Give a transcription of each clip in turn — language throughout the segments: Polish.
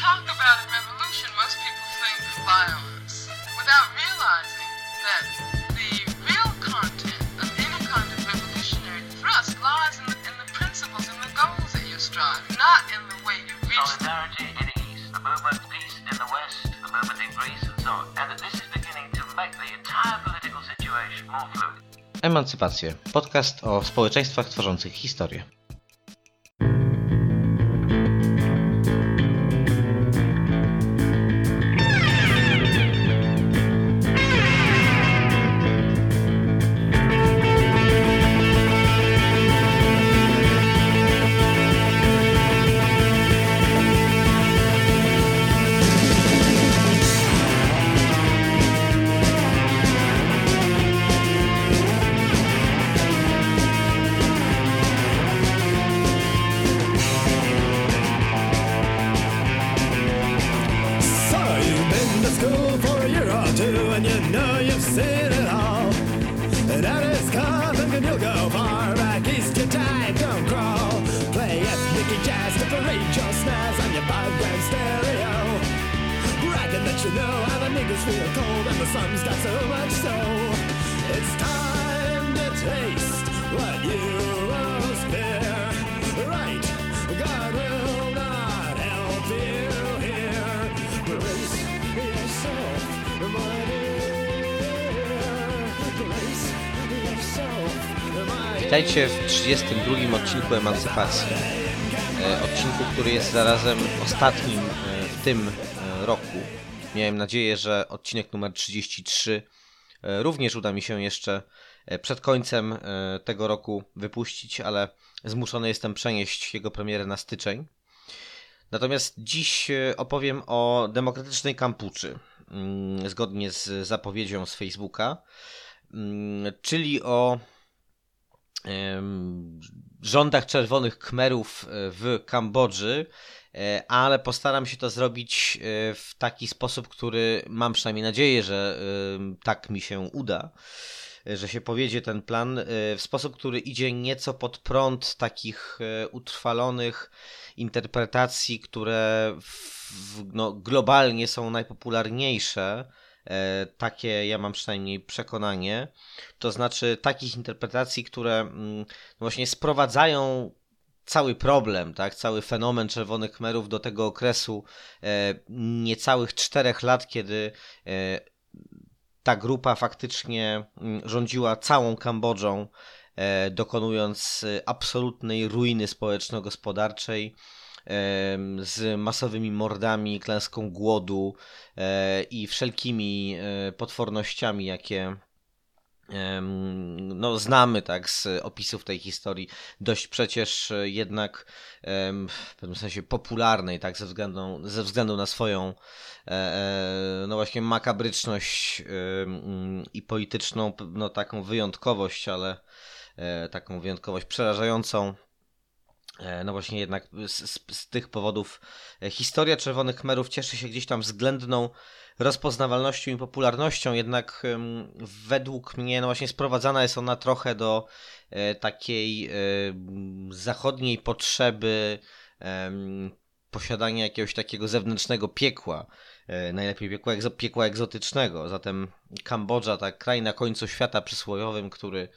talk about a revolution, most people think violence, without realizing that the real content of any kind of revolutionary thrust lies in the principles and the goals that you strive, not in the way you reach them. Solidarity in the East, the movement peace in the West, the movement in Greece and so on. And that this is beginning to make the entire political situation more fluid. Emancypację. Podcast o społeczeństwach tworzących historię. Witajcie w 32. odcinku Emancypacji. Odcinku, który jest zarazem ostatnim w tym roku. Miałem nadzieję, że odcinek numer 33 również uda mi się jeszcze przed końcem tego roku wypuścić, ale zmuszony jestem przenieść jego premierę na styczeń. Natomiast dziś opowiem o demokratycznej Kampuczy, zgodnie z zapowiedzią z Facebooka, czyli o rządach czerwonych Khmerów w Kambodży, ale postaram się to zrobić w taki sposób, który mam przynajmniej nadzieję, że tak mi się uda, że się powiedzie ten plan, w sposób, który idzie nieco pod prąd takich utrwalonych interpretacji, które globalnie są najpopularniejsze. Takie ja mam przynajmniej przekonanie, to znaczy takich interpretacji, które właśnie sprowadzają cały problem, tak, cały fenomen czerwonych Khmerów do tego okresu niecałych 4 lat, kiedy ta grupa faktycznie rządziła całą Kambodżą, dokonując absolutnej ruiny społeczno-gospodarczej, z masowymi mordami, klęską głodu i wszelkimi potwornościami, jakie znamy, tak, z opisów tej historii, dość przecież jednak w pewnym sensie popularnej, tak, ze względu na swoją właśnie makabryczność i polityczną, taką wyjątkowość, ale taką wyjątkowość przerażającą. Właśnie jednak z tych powodów historia czerwonych Khmerów cieszy się gdzieś tam względną rozpoznawalnością i popularnością, jednak według mnie właśnie sprowadzana jest ona trochę do takiej zachodniej potrzeby posiadania jakiegoś takiego zewnętrznego piekła, najlepiej piekła egzotycznego. Zatem Kambodża, tak, kraj na końcu świata przysłowiowym, który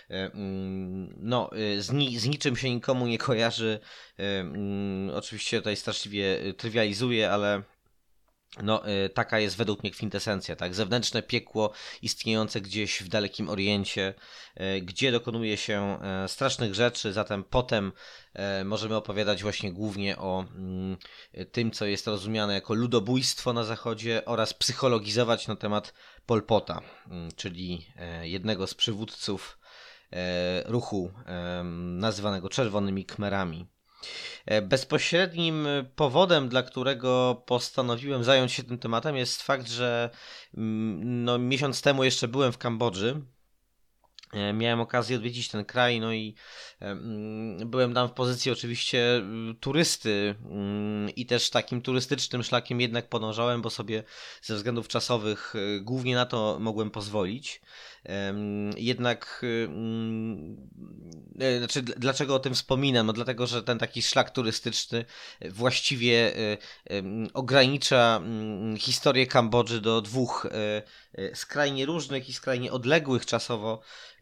z niczym się nikomu nie kojarzy. Oczywiście tutaj straszliwie trywializuję, ale taka jest według mnie kwintesencja, tak? Zewnętrzne piekło istniejące gdzieś w Dalekim Oriencie, gdzie dokonuje się strasznych rzeczy, zatem potem możemy opowiadać właśnie głównie o tym, co jest rozumiane jako ludobójstwo na Zachodzie, oraz psychologizować na temat Pol Pota, czyli jednego z przywódców ruchu nazywanego Czerwonymi Khmerami. Bezpośrednim powodem, dla którego postanowiłem zająć się tym tematem, jest fakt, że miesiąc temu jeszcze byłem w Kambodży Miałem okazję odwiedzić ten kraj, no i byłem tam w pozycji oczywiście turysty i też takim turystycznym szlakiem jednak podążałem, bo sobie ze względów czasowych głównie na to mogłem pozwolić. Jednak, znaczy, dlaczego o tym wspominam? No dlatego, że ten taki szlak turystyczny właściwie ogranicza historię Kambodży do dwóch skrajnie różnych i skrajnie odległych czasowo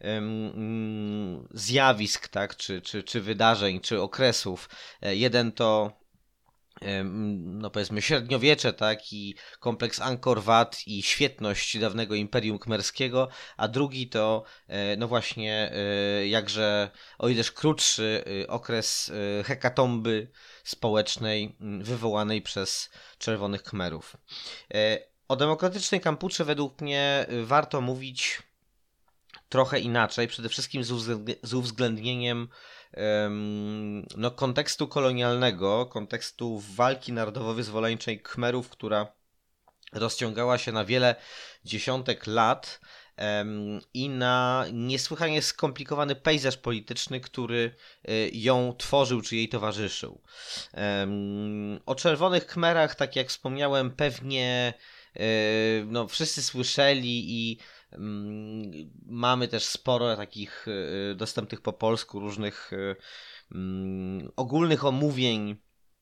zjawisk, tak, czy wydarzeń, czy okresów. Jeden to no powiedzmy średniowiecze, tak, i kompleks Angkor Wat i świetność dawnego Imperium Khmerskiego, a drugi to no właśnie jakże o ileż krótszy okres hekatomby społecznej wywołanej przez Czerwonych Khmerów. O demokratycznej Kampuczy według mnie warto mówić trochę inaczej, przede wszystkim z uwzględnieniem no, kontekstu kolonialnego, kontekstu walki narodowo-wyzwoleńczej Khmerów, która rozciągała się na wiele dziesiątek lat i na niesłychanie skomplikowany pejzaż polityczny, który ją tworzył czy jej towarzyszył. O Czerwonych Khmerach, tak jak wspomniałem, pewnie no, wszyscy słyszeli i mamy też sporo takich dostępnych po polsku różnych ogólnych omówień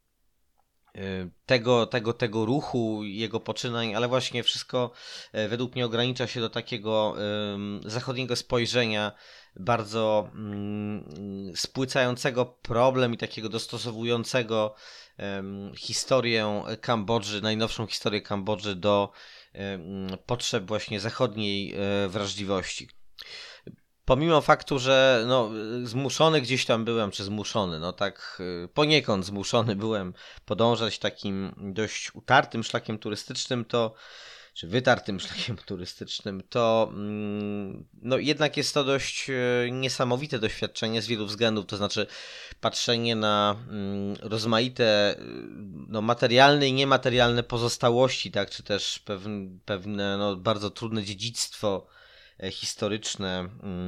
tego ruchu, jego poczynań, ale właśnie wszystko według mnie ogranicza się do takiego zachodniego spojrzenia, bardzo spłycającego problem i takiego dostosowującego historię Kambodży, najnowszą historię Kambodży do potrzeb właśnie zachodniej wrażliwości. Pomimo faktu, że no, zmuszony gdzieś tam byłem, czy zmuszony, no tak poniekąd zmuszony byłem podążać takim dość utartym szlakiem turystycznym, czy wytartym szlakiem turystycznym, to no jednak jest to dość niesamowite doświadczenie z wielu względów, to znaczy patrzenie na rozmaite no, materialne i niematerialne pozostałości, tak, czy też pewne no, bardzo trudne dziedzictwo historyczne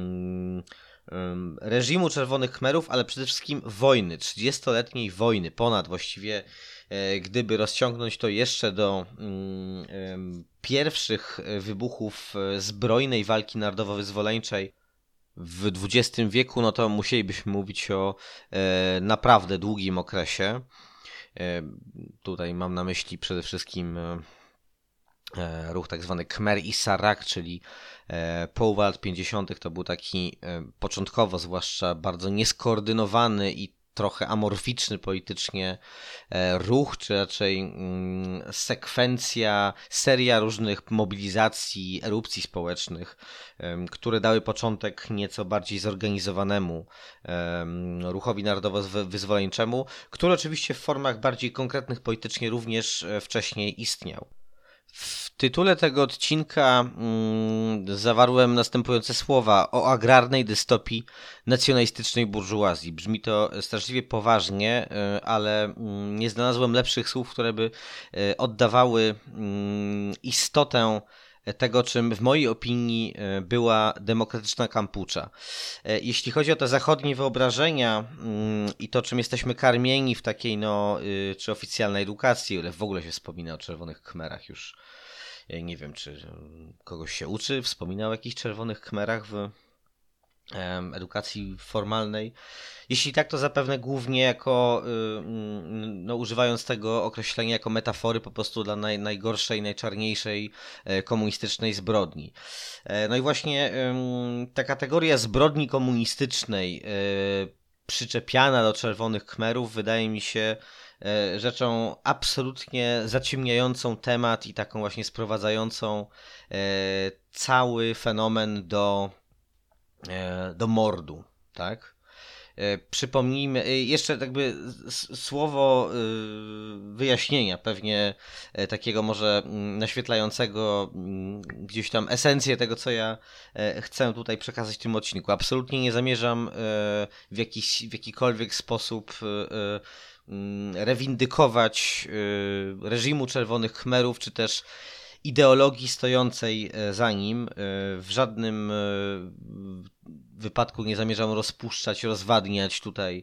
reżimu Czerwonych Khmerów, ale przede wszystkim wojny, 30-letniej wojny, ponad właściwie, gdyby rozciągnąć to jeszcze do pierwszych wybuchów zbrojnej walki narodowo-wyzwoleńczej w XX wieku, no to musielibyśmy mówić o naprawdę długim okresie. Tutaj mam na myśli przede wszystkim ruch tak zwany Khmer Issarak, czyli połowa lat 50. to był taki początkowo zwłaszcza bardzo nieskoordynowany i trochę amorficzny politycznie ruch, czy raczej seria różnych mobilizacji, erupcji społecznych, które dały początek nieco bardziej zorganizowanemu ruchowi narodowo-wyzwoleńczemu, który oczywiście w formach bardziej konkretnych politycznie również wcześniej istniał. W tytule tego odcinka zawarłem następujące słowa o agrarnej dystopii nacjonalistycznej burżuazji. Brzmi to straszliwie poważnie, ale nie znalazłem lepszych słów, które by oddawały istotę tego, czym w mojej opinii była demokratyczna Kampucza. Jeśli chodzi o te zachodnie wyobrażenia i to, czym jesteśmy karmieni w takiej czy oficjalnej edukacji, ale w ogóle się wspomina o Czerwonych Khmerach już. Nie wiem, czy kogoś się uczy, wspomina o jakichś Czerwonych Khmerach w edukacji formalnej. Jeśli tak, to zapewne głównie jako, używając tego określenia jako metafory po prostu dla najgorszej, najczarniejszej komunistycznej zbrodni. No i właśnie ta kategoria zbrodni komunistycznej przyczepiana do Czerwonych Khmerów wydaje mi się rzeczą absolutnie zaciemniającą temat i taką właśnie sprowadzającą cały fenomen do mordu, tak? Przypomnijmy, jeszcze jakby słowo wyjaśnienia, pewnie takiego może naświetlającego gdzieś tam esencję tego, co ja chcę tutaj przekazać w tym odcinku. Absolutnie nie zamierzam w jakikolwiek sposób rewindykować reżimu Czerwonych Khmerów, czy też ideologii stojącej za nim. W żadnym wypadku nie zamierzam rozpuszczać, rozwadniać tutaj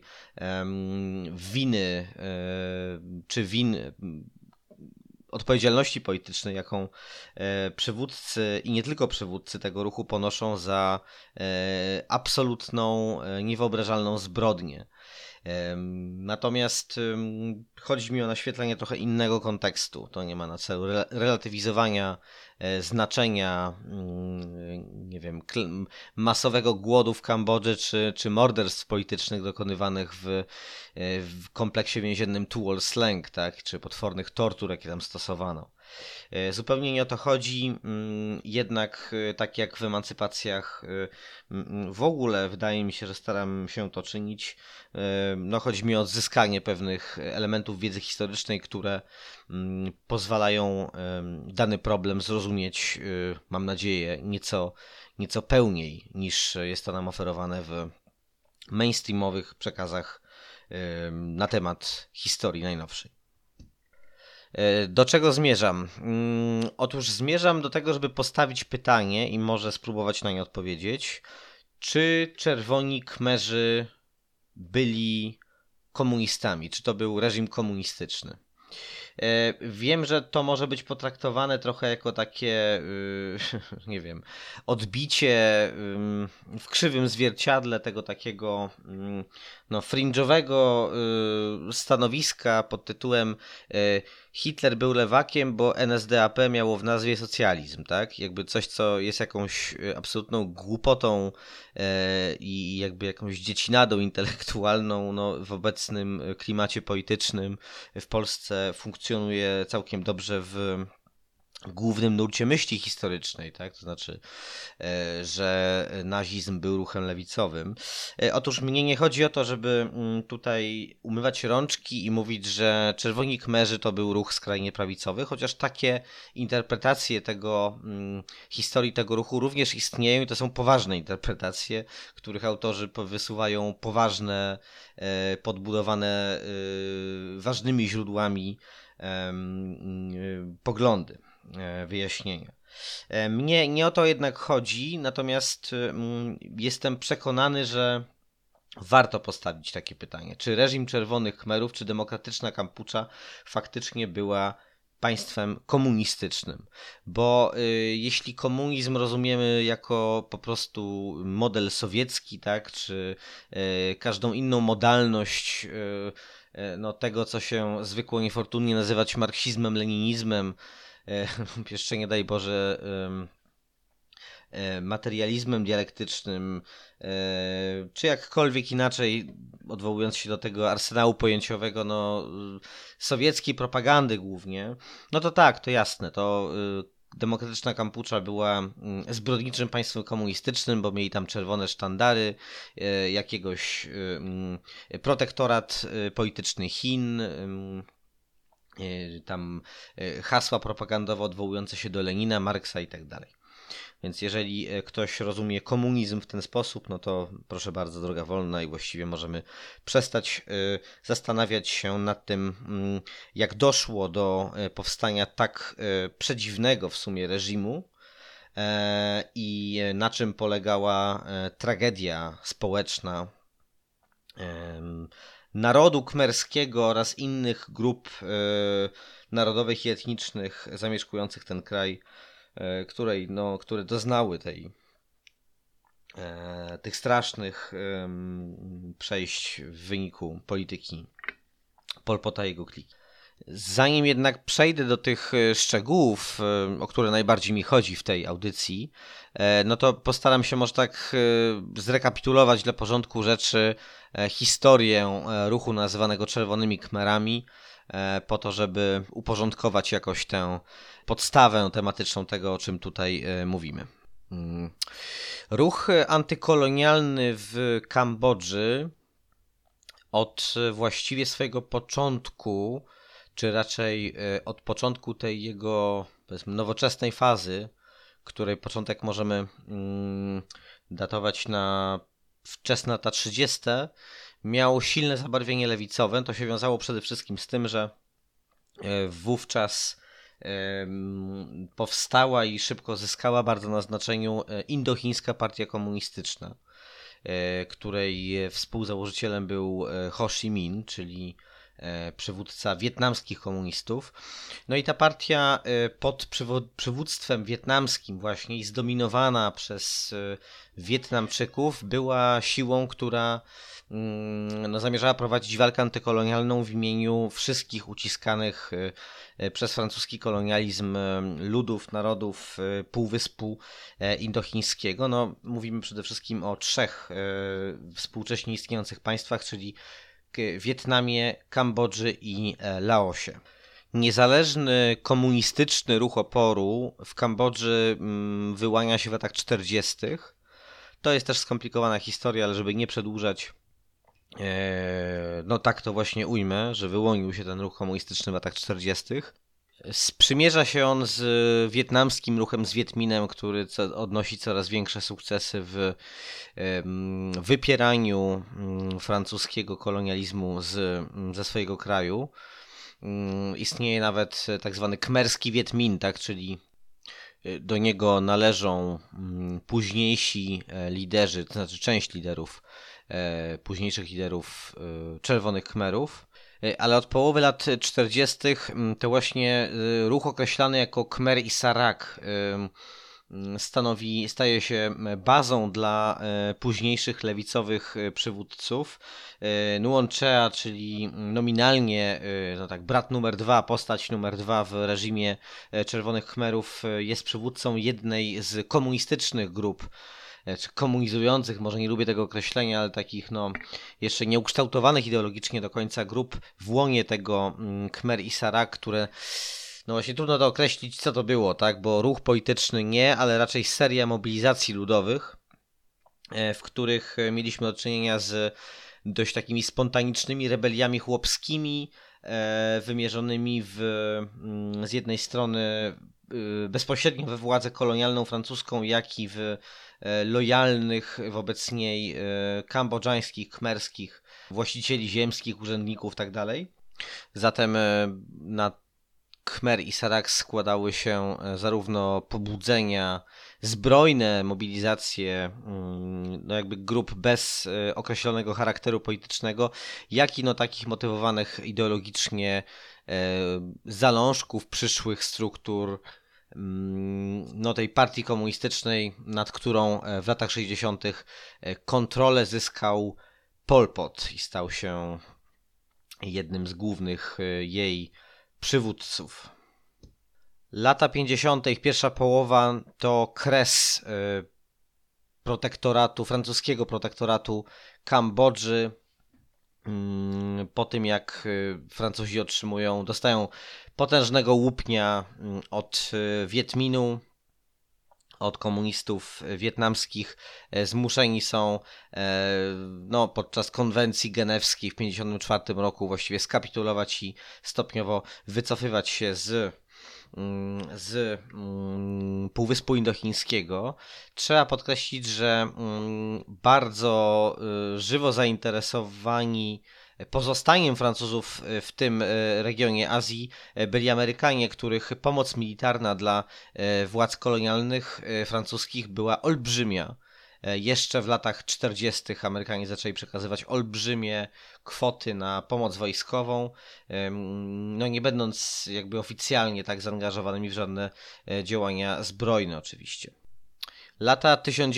winy czy odpowiedzialności politycznej, jaką przywódcy i nie tylko przywódcy tego ruchu ponoszą za absolutną, niewyobrażalną zbrodnię. Natomiast chodzi mi o naświetlenie trochę innego kontekstu. To nie ma na celu relatywizowania znaczenia, nie wiem, masowego głodu w Kambodży czy morderstw politycznych dokonywanych w kompleksie więziennym Tuol Sleng, tak, czy potwornych tortur, jakie tam stosowano. Zupełnie nie o to chodzi, jednak tak jak w emancypacjach w ogóle wydaje mi się, że staram się to czynić, no chodzi mi o odzyskanie pewnych elementów wiedzy historycznej, które pozwalają dany problem zrozumieć, mam nadzieję, nieco pełniej niż jest to nam oferowane w mainstreamowych przekazach na temat historii najnowszej. Do czego zmierzam? Otóż zmierzam do tego, żeby postawić pytanie i może spróbować na nie odpowiedzieć. Czy Czerwoni Khmerzy byli komunistami? Czy to był reżim komunistyczny? Wiem, że to może być potraktowane trochę jako takie, nie wiem, odbicie w krzywym zwierciadle tego takiego fringe'owego stanowiska pod tytułem Hitler był lewakiem, bo NSDAP miało w nazwie socjalizm, tak? Jakby coś, co jest jakąś absolutną głupotą i jakby jakąś dziecinadą intelektualną, w obecnym klimacie politycznym w Polsce funkcjonuje całkiem dobrze w głównym nurcie myśli historycznej, tak? To znaczy, że nazizm był ruchem lewicowym. Otóż mnie nie chodzi o to, żeby tutaj umywać rączki i mówić, że Czerwoni Khmerzy to był ruch skrajnie prawicowy, chociaż takie interpretacje tego historii tego ruchu również istnieją i to są poważne interpretacje, których autorzy wysuwają poważne, podbudowane ważnymi źródłami poglądy, wyjaśnienia. Mnie nie o to jednak chodzi, natomiast jestem przekonany, że warto postawić takie pytanie. Czy reżim Czerwonych Khmerów, czy demokratyczna Kampucza faktycznie była państwem komunistycznym? Bo jeśli komunizm rozumiemy jako po prostu model sowiecki, tak, czy każdą inną modalność tego, co się zwykło niefortunnie nazywać marksizmem, leninizmem, jeszcze nie daj Boże materializmem dialektycznym, czy jakkolwiek inaczej, odwołując się do tego arsenału pojęciowego, sowieckiej propagandy głównie, no to tak, to jasne, to demokratyczna Kampucza była zbrodniczym państwem komunistycznym, bo mieli tam czerwone sztandary, jakiegoś protektorat polityczny Chin, tam hasła propagandowe odwołujące się do Lenina, Marksa i tak dalej. Więc jeżeli ktoś rozumie komunizm w ten sposób, no to proszę bardzo, droga wolna i właściwie możemy przestać zastanawiać się nad tym, jak doszło do powstania tak przedziwnego w sumie reżimu i na czym polegała tragedia społeczna narodu khmerskiego oraz innych grup narodowych i etnicznych zamieszkujących ten kraj, które doznały tych strasznych przejść w wyniku polityki Pol Pota i jego kliki. Zanim jednak przejdę do tych szczegółów, o które najbardziej mi chodzi w tej audycji, no to postaram się może tak zrekapitulować dla porządku rzeczy historię ruchu nazywanego Czerwonymi Khmerami, po to, żeby uporządkować jakoś tę podstawę tematyczną tego, o czym tutaj mówimy. Ruch antykolonialny w Kambodży od właściwie swojego początku, czy raczej od początku tej jego, powiedzmy, nowoczesnej fazy, której początek możemy datować na wczesne lata 30., miał silne zabarwienie lewicowe. To się wiązało przede wszystkim z tym, że wówczas powstała i szybko zyskała bardzo na znaczeniu Indochińska Partia Komunistyczna, której współzałożycielem był Ho Chi Minh, czyli przywódca wietnamskich komunistów. No i ta partia pod przywództwem wietnamskim właśnie i zdominowana przez Wietnamczyków była siłą, która zamierzała prowadzić walkę antykolonialną w imieniu wszystkich uciskanych przez francuski kolonializm ludów, narodów Półwyspu Indochińskiego. No, mówimy przede wszystkim o 3 współcześnie istniejących państwach, czyli Wietnamie, Kambodży i Laosie. Niezależny komunistyczny ruch oporu w Kambodży wyłania się w latach 40. To jest też skomplikowana historia, ale żeby nie przedłużać, no tak to właśnie ujmę, że wyłonił się ten ruch komunistyczny w latach 40. Sprzymierza się on z wietnamskim ruchem, z Viet-Minem, który odnosi coraz większe sukcesy w wypieraniu francuskiego kolonializmu ze swojego kraju. Istnieje nawet tak zwany khmerski Viet-Minh, tak, czyli do niego należą późniejsi liderzy, to znaczy część liderów, późniejszych liderów Czerwonych Khmerów. Ale od połowy lat 40. to właśnie ruch określany jako Khmer i Sarak staje się bazą dla późniejszych lewicowych przywódców. Nuon Chea, czyli nominalnie no tak, brat numer 2, postać numer 2 w reżimie Czerwonych Khmerów, jest przywódcą jednej z komunistycznych grup, czy komunizujących, może nie lubię tego określenia, ale takich no jeszcze nieukształtowanych ideologicznie do końca grup w łonie tego Khmer i Sarak, które no właśnie trudno to określić, co to było, tak, bo ruch polityczny nie, ale raczej seria mobilizacji ludowych, w których mieliśmy do czynienia z dość takimi spontanicznymi rebeliami chłopskimi, wymierzonymi z jednej strony bezpośrednio we władzę kolonialną francuską, jak i w lojalnych wobec niej kambodżańskich, khmerskich właścicieli ziemskich, urzędników itd. Zatem na Khmer i Sarak składały się zarówno pobudzenia zbrojne, mobilizacje no jakby grup bez określonego charakteru politycznego, jak i no takich motywowanych ideologicznie zalążków przyszłych struktur no tej partii komunistycznej, nad którą w latach 60. kontrolę zyskał Pol Pot i stał się jednym z głównych jej przywódców. Lata 50., pierwsza połowa to kres francuskiego protektoratu Kambodży. Po tym jak Francuzi dostają potężnego łupnia od Viet-Minu, od komunistów wietnamskich, zmuszeni są no, podczas konwencji genewskiej w 1954 roku właściwie skapitulować i stopniowo wycofywać się z Półwyspu Indochińskiego. Trzeba podkreślić, że bardzo żywo zainteresowani pozostaniem Francuzów w tym regionie Azji byli Amerykanie, których pomoc militarna dla władz kolonialnych francuskich była olbrzymia. Jeszcze w latach 40. Amerykanie zaczęli przekazywać olbrzymie kwoty na pomoc wojskową, no nie będąc jakby oficjalnie tak zaangażowanymi w żadne działania zbrojne oczywiście. Lata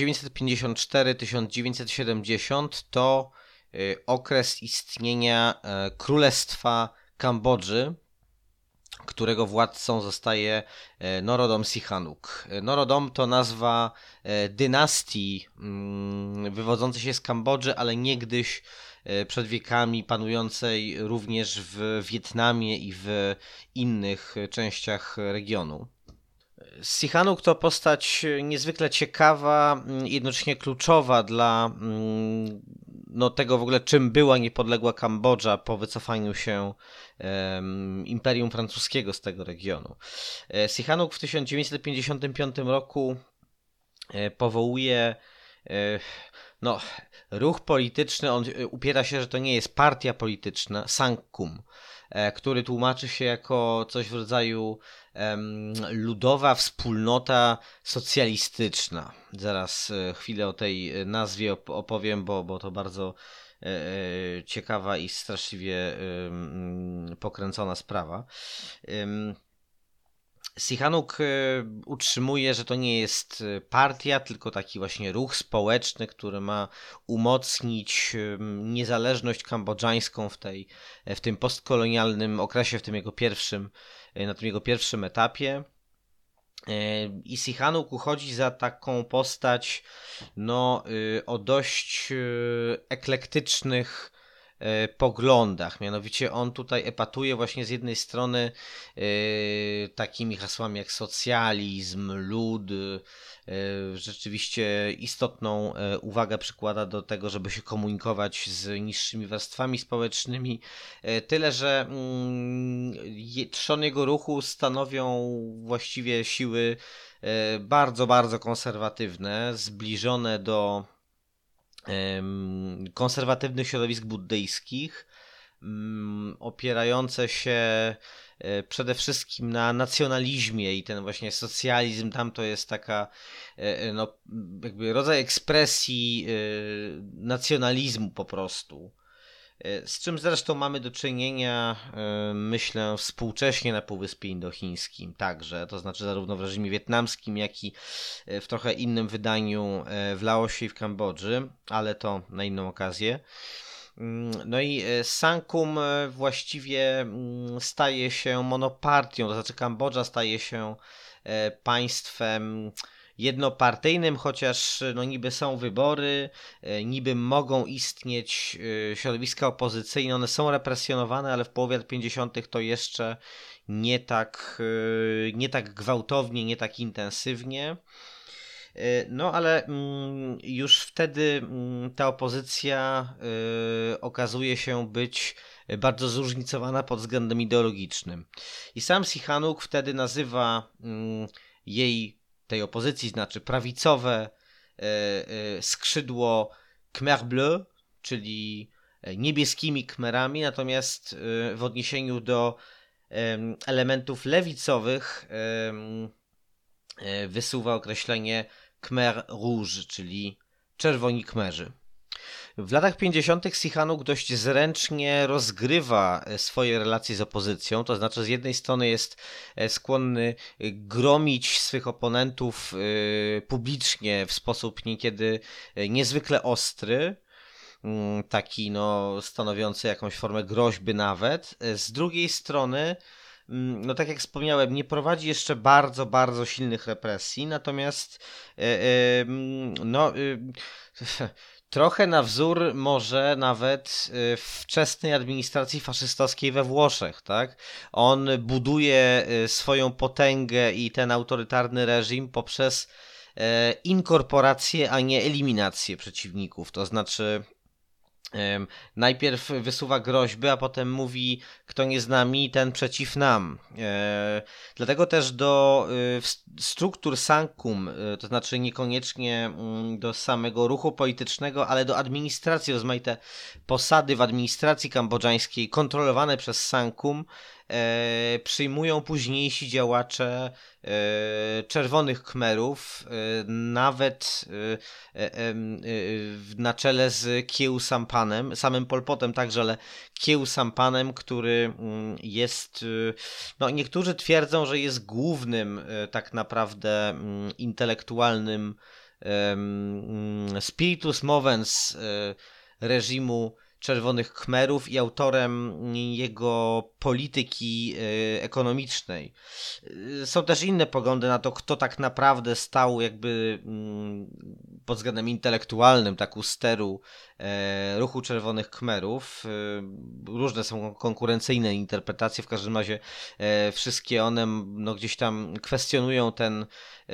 1954-1970 to okres istnienia Królestwa Kambodży, którego władcą zostaje Norodom Sihanouk. Norodom to nazwa dynastii wywodzącej się z Kambodży, ale niegdyś przed wiekami panującej również w Wietnamie i w innych częściach regionu. Sihanouk to postać niezwykle ciekawa, jednocześnie kluczowa dla no, tego w ogóle, czym była niepodległa Kambodża po wycofaniu się Imperium Francuskiego z tego regionu. Sihanouk w 1955 roku powołuje No, ruch polityczny, on upiera się, że to nie jest partia polityczna, Sankum, który tłumaczy się jako coś w rodzaju ludowa wspólnota socjalistyczna. Zaraz chwilę o tej nazwie opowiem, bo to bardzo ciekawa i straszliwie pokręcona sprawa. Sihanouk utrzymuje, że to nie jest partia, tylko taki właśnie ruch społeczny, który ma umocnić niezależność kambodżańską w tym postkolonialnym okresie, na tym jego pierwszym etapie. I Sihanouk uchodzi za taką postać o dość eklektycznych poglądach. Mianowicie on tutaj epatuje właśnie z jednej strony takimi hasłami jak socjalizm, lud. Rzeczywiście istotną uwagę przykłada do tego, żeby się komunikować z niższymi warstwami społecznymi. Tyle, że trzon jego ruchu stanowią właściwie siły bardzo, bardzo konserwatywne, zbliżone do konserwatywnych środowisk buddyjskich, opierające się przede wszystkim na nacjonalizmie i ten właśnie socjalizm tam to jest taka jakby rodzaj ekspresji nacjonalizmu po prostu. Z czym zresztą mamy do czynienia, myślę, współcześnie na Półwyspie Indochińskim także, to znaczy zarówno w reżimie wietnamskim, jak i w trochę innym wydaniu w Laosie i w Kambodży, ale to na inną okazję. No i Sankum właściwie staje się monopartią, to znaczy Kambodża staje się państwem jednopartyjnym, chociaż niby są wybory, niby mogą istnieć środowiska opozycyjne, one są represjonowane, ale w połowie lat 50. to jeszcze nie tak gwałtownie, nie tak intensywnie. No ale już wtedy ta opozycja okazuje się być bardzo zróżnicowana pod względem ideologicznym. I sam Sihanouk wtedy nazywa tej opozycji, znaczy prawicowe skrzydło Khmer Bleu, czyli niebieskimi Khmerami, natomiast w odniesieniu do elementów lewicowych wysuwa określenie Khmer Rouge, czyli czerwoni Khmerzy. W latach 50. Sihanouk dość zręcznie rozgrywa swoje relacje z opozycją, to znaczy z jednej strony jest skłonny gromić swych oponentów publicznie w sposób niekiedy niezwykle ostry, taki stanowiący jakąś formę groźby nawet. Z drugiej strony, tak jak wspomniałem, nie prowadzi jeszcze bardzo, bardzo silnych represji, natomiast trochę na wzór może nawet wczesnej administracji faszystowskiej we Włoszech, tak? On buduje swoją potęgę i ten autorytarny reżim poprzez inkorporację, a nie eliminację przeciwników, to znaczy najpierw wysuwa groźby, a potem mówi, kto nie z nami, ten przeciw nam. Dlatego też do struktur Sankum, to znaczy niekoniecznie do samego ruchu politycznego, ale do administracji, rozmaite posady w administracji kambodżańskiej kontrolowane przez Sankum przyjmują późniejsi działacze czerwonych Khmerów, nawet na czele z Khieu Sampanem, samym Pol Potem także, ale Khieu Sampanem, który jest, niektórzy twierdzą, że jest głównym tak naprawdę intelektualnym spiritus movens reżimu czerwonych Khmerów i autorem jego polityki ekonomicznej. Są też inne poglądy na to, kto tak naprawdę stał jakby pod względem intelektualnym tak u steru ruchu czerwonych Khmerów. Różne są konkurencyjne interpretacje, w każdym razie wszystkie one gdzieś tam kwestionują ten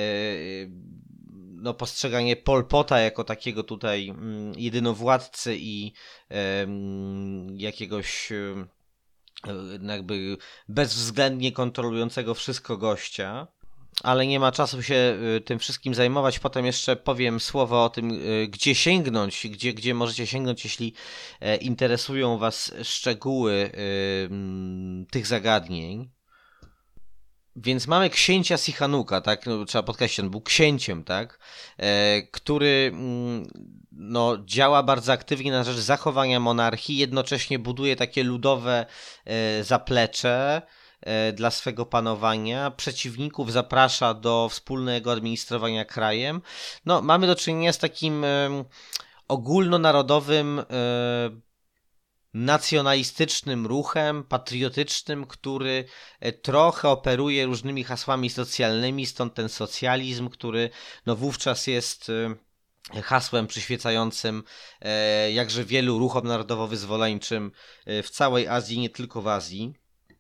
postrzeganie Pol Pota jako takiego tutaj jedynowładcy i jakiegoś jakby bezwzględnie kontrolującego wszystko gościa. ale nie ma czasu się tym wszystkim zajmować. Potem jeszcze powiem słowo o tym, gdzie sięgnąć, gdzie możecie sięgnąć, jeśli interesują Was szczegóły tych zagadnień. Więc mamy księcia Sihanuka, tak? No, trzeba podkreślić, on był księciem, tak? Który no, działa bardzo aktywnie na rzecz zachowania monarchii, jednocześnie buduje takie ludowe zaplecze dla swego panowania, przeciwników zaprasza do wspólnego administrowania krajem. No, mamy do czynienia z takim ogólnonarodowym nacjonalistycznym ruchem, patriotycznym, który trochę operuje różnymi hasłami socjalnymi, stąd ten socjalizm, który no wówczas jest hasłem przyświecającym jakże wielu ruchom narodowo-wyzwoleńczym w całej Azji, nie tylko w Azji.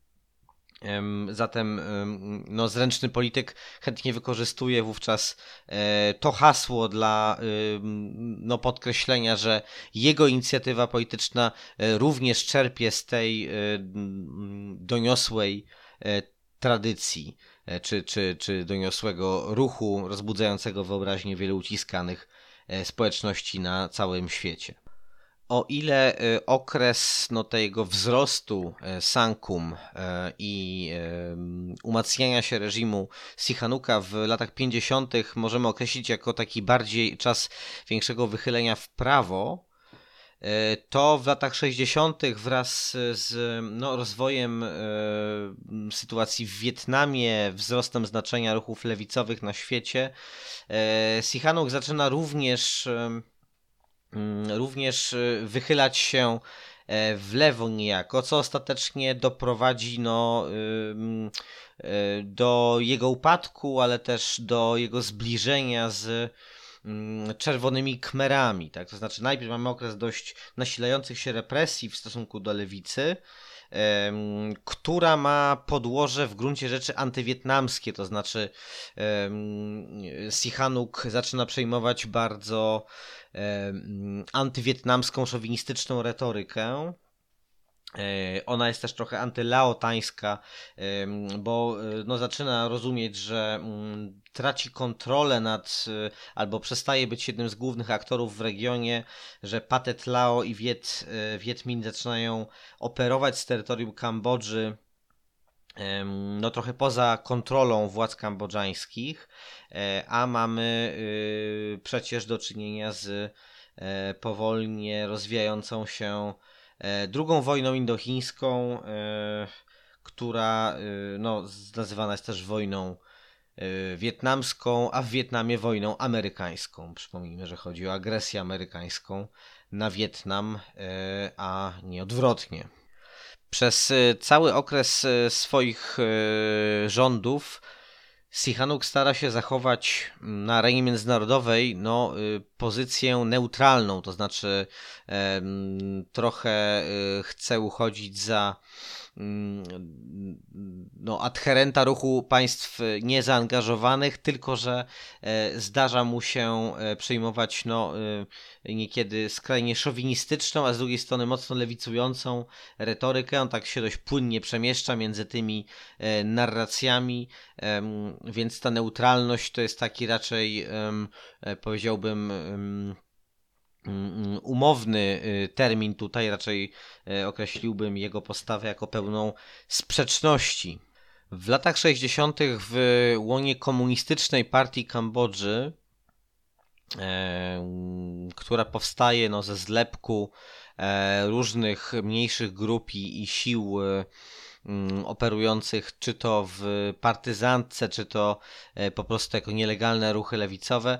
Zatem no, zręczny polityk chętnie wykorzystuje wówczas to hasło dla no, podkreślenia, że jego inicjatywa polityczna również czerpie z tej doniosłej tradycji czy doniosłego ruchu rozbudzającego wyobraźnię wielu uciskanych społeczności na całym świecie. O ile okres no, tego wzrostu Sankum i umacniania się reżimu Sihanuka w latach 50. możemy określić jako taki bardziej czas większego wychylenia w prawo, to w latach 60. wraz z no, rozwojem sytuacji w Wietnamie, wzrostem znaczenia ruchów lewicowych na świecie, Sihanouk zaczyna również wychylać się w lewo niejako, co ostatecznie doprowadzi no, do jego upadku, ale też do jego zbliżenia z czerwonymi Khmerami. Tak? To znaczy najpierw mamy okres dość nasilających się represji w stosunku do lewicy, która ma podłoże w gruncie rzeczy antywietnamskie, to znaczy Sihanouk zaczyna przejmować bardzo antywietnamską, szowinistyczną retorykę. Ona jest też trochę antylaotańska, bo no, zaczyna rozumieć, że traci kontrolę nad, albo przestaje być jednym z głównych aktorów w regionie, że Pathet Lao i Viet Minh zaczynają operować z terytorium Kambodży no trochę poza kontrolą władz kambodżańskich, a mamy przecież do czynienia z powolnie rozwijającą się drugą wojną indochińską, która no, nazywana jest też wojną wietnamską, a w Wietnamie wojną amerykańską. Przypomnijmy, że chodzi o agresję amerykańską na Wietnam, a nie odwrotnie. Przez cały okres swoich rządów Sihanouk stara się zachować na arenie międzynarodowej no, pozycję neutralną, to znaczy trochę chce uchodzić za no, adherenta ruchu państw niezaangażowanych, tylko że zdarza mu się przejmować no, niekiedy skrajnie szowinistyczną, a z drugiej strony mocno lewicującą retorykę. On tak się dość płynnie przemieszcza między tymi narracjami, więc ta neutralność to jest taki raczej powiedziałbym umowny termin tutaj, raczej określiłbym jego postawę jako pełną sprzeczności. W latach 60. w łonie komunistycznej partii Kambodży, która powstaje no, ze zlepku różnych mniejszych grup i sił operujących czy to w partyzantce, czy to po prostu jako nielegalne ruchy lewicowe,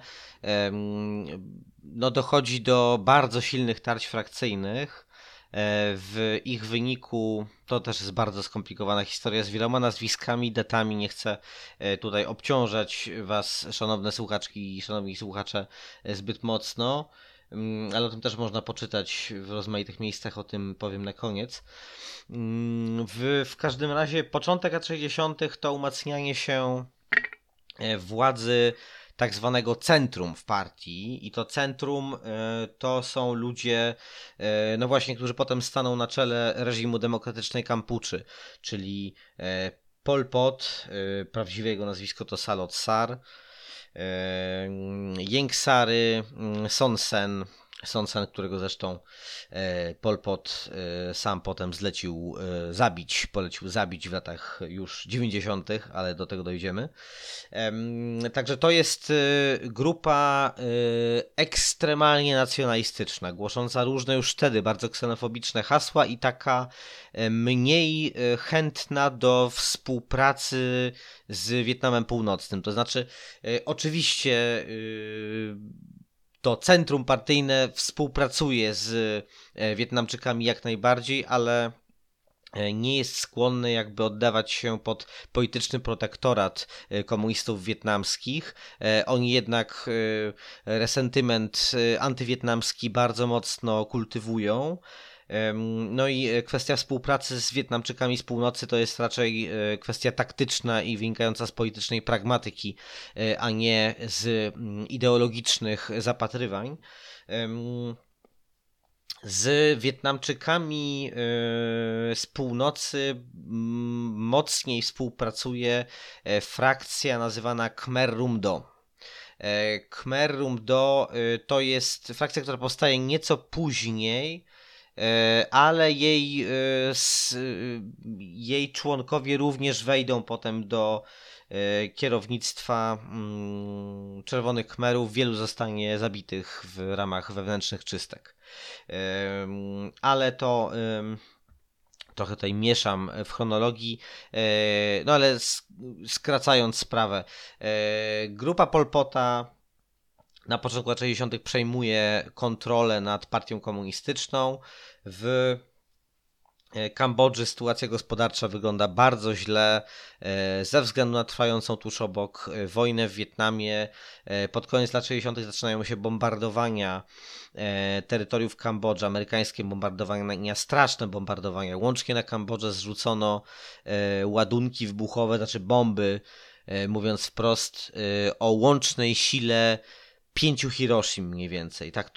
no dochodzi do bardzo silnych tarć frakcyjnych. W ich wyniku to też jest bardzo skomplikowana historia z wieloma nazwiskami, datami. Nie chcę tutaj obciążać Was, szanowne słuchaczki i szanowni słuchacze, zbyt mocno, ale o tym też można poczytać w rozmaitych miejscach, o tym powiem na koniec. W każdym razie początek lat 60. to umacnianie się władzy tak zwanego centrum w partii i to centrum to są ludzie, no właśnie, którzy potem staną na czele reżimu demokratycznej Kampuczy, czyli Pol Pot, prawdziwe jego nazwisko to Salot Sar, Ieng Sary, Son Sen, którego zresztą Pol Pot sam potem polecił zabić w latach już 90., ale do tego dojdziemy. Także to jest grupa ekstremalnie nacjonalistyczna, głosząca różne już wtedy bardzo ksenofobiczne hasła i taka mniej chętna do współpracy z Wietnamem Północnym. To znaczy, oczywiście to centrum partyjne współpracuje z Wietnamczykami jak najbardziej, ale nie jest skłonny jakby oddawać się pod polityczny protektorat komunistów wietnamskich. Oni jednak resentyment antywietnamski bardzo mocno kultywują. No i kwestia współpracy z Wietnamczykami z północy to jest raczej kwestia taktyczna i wynikająca z politycznej pragmatyki, a nie z ideologicznych zapatrywań. Z Wietnamczykami z północy mocniej współpracuje frakcja nazywana Khmer Rum Do. Khmer Rum Do to jest frakcja, która powstaje nieco później, ale jej członkowie również wejdą potem do kierownictwa Czerwonych Khmerów. Wielu zostanie zabitych w ramach wewnętrznych czystek. Ale to trochę tutaj mieszam w chronologii, no ale skracając sprawę, grupa Pol Pota na początku lat 60. przejmuje kontrolę nad partią komunistyczną. W Kambodży sytuacja gospodarcza wygląda bardzo źle ze względu na trwającą tuż obok wojnę w Wietnamie. Pod koniec lat 60. zaczynają się bombardowania terytoriów Kambodży, amerykańskie bombardowania, straszne bombardowania. Łącznie na Kambodżę zrzucono ładunki wybuchowe, znaczy bomby, mówiąc wprost, o łącznej sile 5 Hiroshim mniej więcej. Tak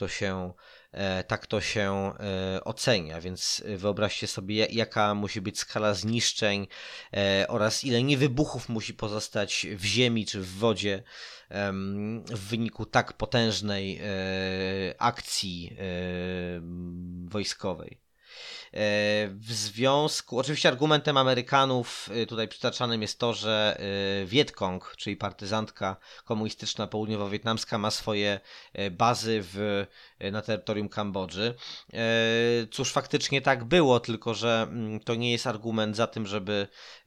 to się ocenia, więc wyobraźcie sobie, jaka musi być skala zniszczeń oraz ile niewybuchów musi pozostać w ziemi czy w wodzie w wyniku tak potężnej akcji wojskowej. Oczywiście argumentem Amerykanów tutaj przytaczanym jest to, że Wietkong, czyli partyzantka komunistyczna południowo-wietnamska, ma swoje bazy na terytorium Kambodży. Cóż, faktycznie tak było, tylko że to nie jest argument za tym, żeby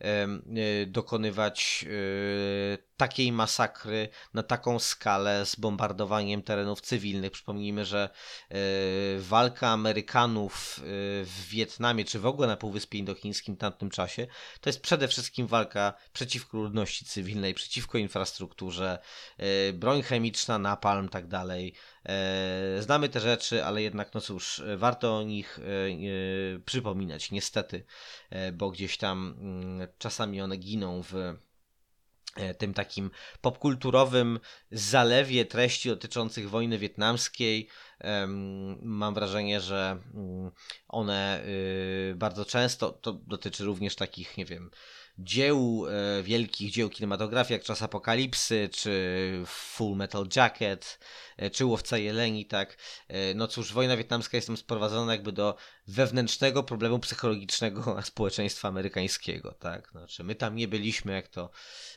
dokonywać takiej masakry na taką skalę z bombardowaniem terenów cywilnych. Przypomnijmy, że walka Amerykanów w Wietnamie, czy w ogóle na Półwyspie Indochińskim w tamtym czasie, to jest przede wszystkim walka przeciwko ludności cywilnej, przeciwko infrastrukturze, broń chemiczna, napalm, tak dalej. Znamy te rzeczy, ale jednak, no cóż, warto o nich przypominać, niestety, bo gdzieś tam czasami one giną w tym takim popkulturowym zalewie treści dotyczących wojny wietnamskiej. Mam wrażenie, że one bardzo często, to dotyczy również takich, nie wiem, wielkich dzieł kinematografii jak Czas Apokalipsy, czy Full Metal Jacket, czy Łowca Jeleni, tak. No cóż, wojna wietnamska jest tam sprowadzona jakby do wewnętrznego problemu psychologicznego społeczeństwa amerykańskiego, tak. Znaczy, my tam nie byliśmy, jak to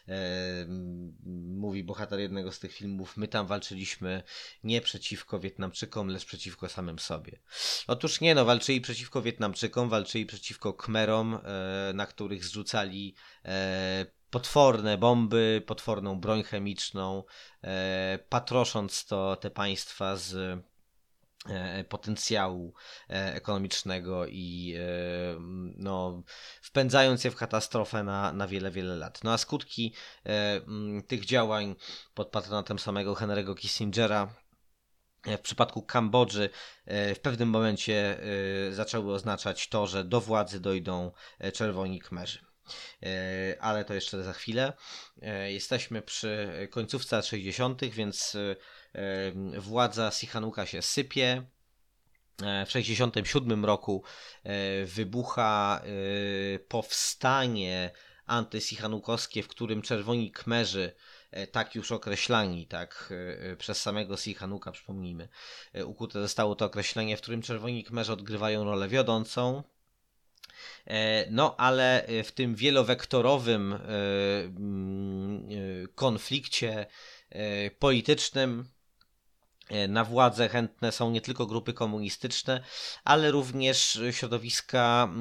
mówi bohater jednego z tych filmów, my tam walczyliśmy nie przeciwko Wietnamczykom, lecz przeciwko samym sobie. Otóż nie, no, walczyli przeciwko Wietnamczykom, walczyli przeciwko Khmerom, na których zrzucali potworne bomby, potworną broń chemiczną, patrosząc te państwa z potencjału ekonomicznego i no, wpędzając je w katastrofę na wiele, wiele lat. No a skutki tych działań pod patronatem samego Henry'ego Kissingera w przypadku Kambodży w pewnym momencie zaczęły oznaczać to, że do władzy dojdą Czerwoni Khmerzy. Ale to jeszcze za chwilę. Jesteśmy przy końcówce lat 60., więc władza Sihanouk'a się sypie. W 1967 roku wybucha powstanie antysichanukowskie, w którym czerwoni Kmerzy, tak już określani, tak, przez samego Sichanuka, przypomnijmy, ukute zostało to określenie, w którym czerwoni Kmerzy odgrywają rolę wiodącą. No, ale w tym wielowektorowym konflikcie politycznym na władzę chętne są nie tylko grupy komunistyczne, ale również środowiska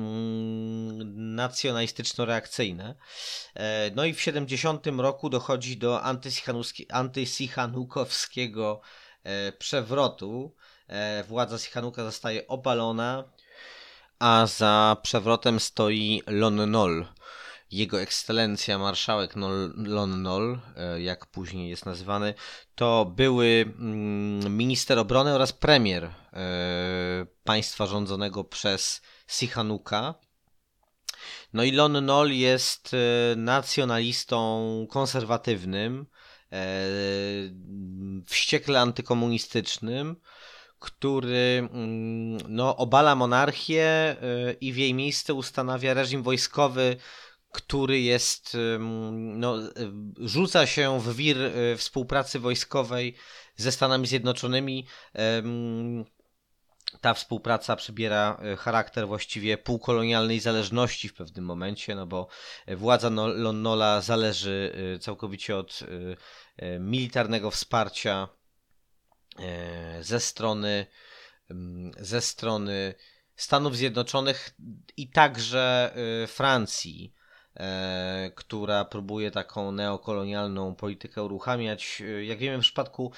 nacjonalistyczno-reakcyjne. No i w 70 roku dochodzi do antysichanukowskiego przewrotu. Władza Sichanuka zostaje obalona, a za przewrotem stoi Lon Nol. Jego ekscelencja marszałek Lon Nol, jak później jest nazywany, to były minister obrony oraz premier państwa rządzonego przez Sichanuka. No i Lon Nol jest nacjonalistą konserwatywnym, wściekle antykomunistycznym, który obala monarchię i w jej miejsce ustanawia reżim wojskowy, który jest, rzuca się w wir współpracy wojskowej ze Stanami Zjednoczonymi. Ta współpraca przybiera charakter właściwie półkolonialnej zależności w pewnym momencie, no bo władza Lon Nola zależy całkowicie od militarnego wsparcia ze strony Stanów Zjednoczonych i także Francji, która próbuje taką neokolonialną politykę uruchamiać. Jak wiemy, w przypadku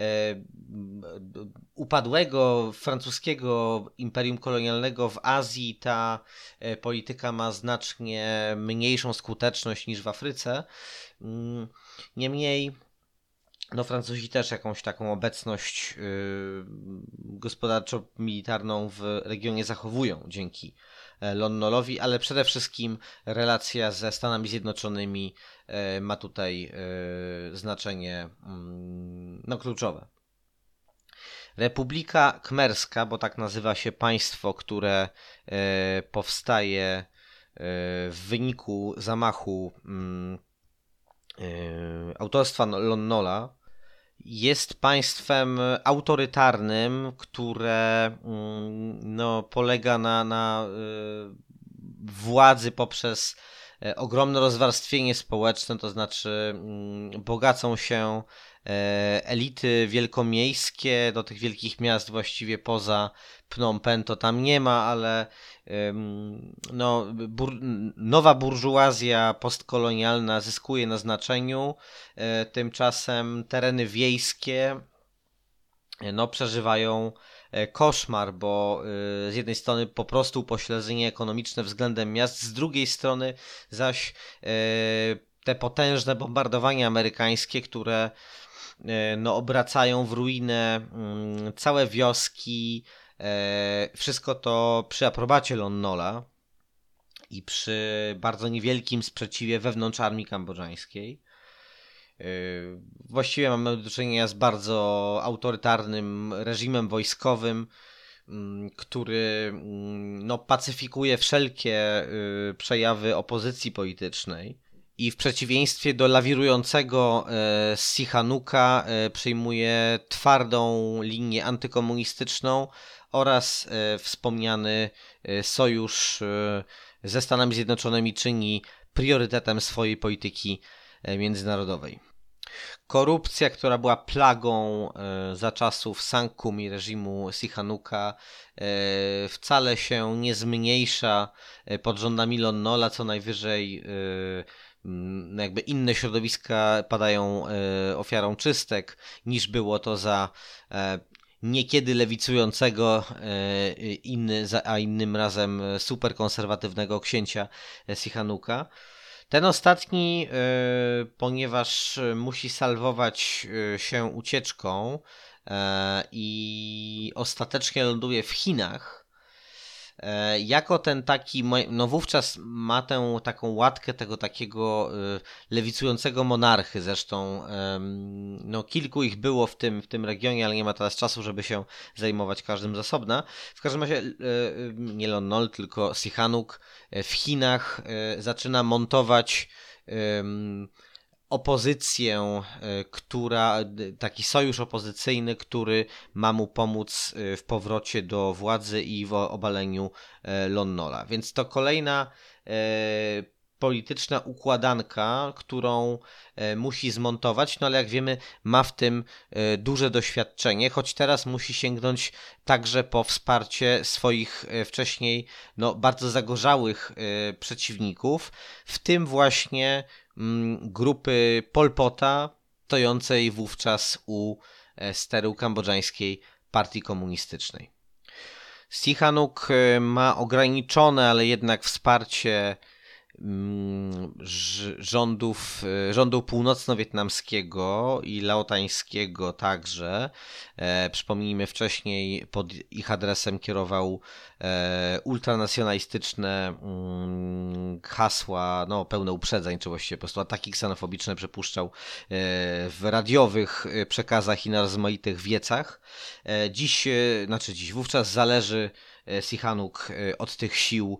upadłego francuskiego imperium kolonialnego w Azji ta polityka ma znacznie mniejszą skuteczność niż w Afryce. Niemniej Francuzi też jakąś taką obecność gospodarczo-militarną w regionie zachowują dzięki Lon Nolowi, ale przede wszystkim relacja ze Stanami Zjednoczonymi ma tutaj znaczenie kluczowe. Republika Khmerska, bo tak nazywa się państwo, które powstaje w wyniku zamachu autorstwa Lon Nola, jest państwem autorytarnym, które polega na władzy poprzez ogromne rozwarstwienie społeczne, to znaczy bogacą się elity wielkomiejskie, do tych wielkich miast właściwie poza Phnom Penh to tam nie ma, ale nowa burżuazja postkolonialna zyskuje na znaczeniu, tymczasem tereny wiejskie przeżywają koszmar, bo z jednej strony po prostu upośledzenie ekonomiczne względem miast, z drugiej strony zaś te potężne bombardowania amerykańskie, które obracają w ruinę całe wioski, wszystko to przy aprobacie Lon Nola i przy bardzo niewielkim sprzeciwie wewnątrz armii kambodżańskiej. Właściwie mamy do czynienia z bardzo autorytarnym reżimem wojskowym, który pacyfikuje wszelkie przejawy opozycji politycznej i w przeciwieństwie do lawirującego Sichanuka przyjmuje twardą linię antykomunistyczną oraz wspomniany sojusz ze Stanami Zjednoczonymi czyni priorytetem swojej polityki międzynarodowej. Korupcja, która była plagą za czasów Sankum i reżimu Sichanuka, wcale się nie zmniejsza pod rządami Lon Nola, co najwyżej jakby inne środowiska padają ofiarą czystek, niż było to za niekiedy lewicującego, a innym razem superkonserwatywnego księcia Sichanuka. Ten ostatni, ponieważ musi salwować się ucieczką i ostatecznie ląduje w Chinach, Jako ten taki, no wówczas ma tę taką łatkę tego takiego lewicującego monarchy, zresztą no kilku ich było w tym regionie, ale nie ma teraz czasu, żeby się zajmować każdym z osobna. W każdym razie nie Lon Nol, tylko Sihanouk w Chinach zaczyna montować opozycję, taki sojusz opozycyjny, który ma mu pomóc w powrocie do władzy i w obaleniu Lon Nola. Więc to kolejna polityczna układanka, którą musi zmontować, no ale jak wiemy, ma w tym duże doświadczenie, choć teraz musi sięgnąć także po wsparcie swoich wcześniej bardzo zagorzałych przeciwników, w tym właśnie grupy Pol Pota, stojącej wówczas u steru kambodżańskiej partii komunistycznej. Sihanouk ma ograniczone, ale jednak wsparcie rządu północno-wietnamskiego i laotańskiego także. Przypomnijmy, wcześniej pod ich adresem kierował ultranacjonalistyczne hasła, pełne uprzedzeń, czy właściwie po prostu ataki ksenofobiczne w radiowych przekazach i na rozmaitych wiecach. Wówczas zależy Sihanouk od tych sił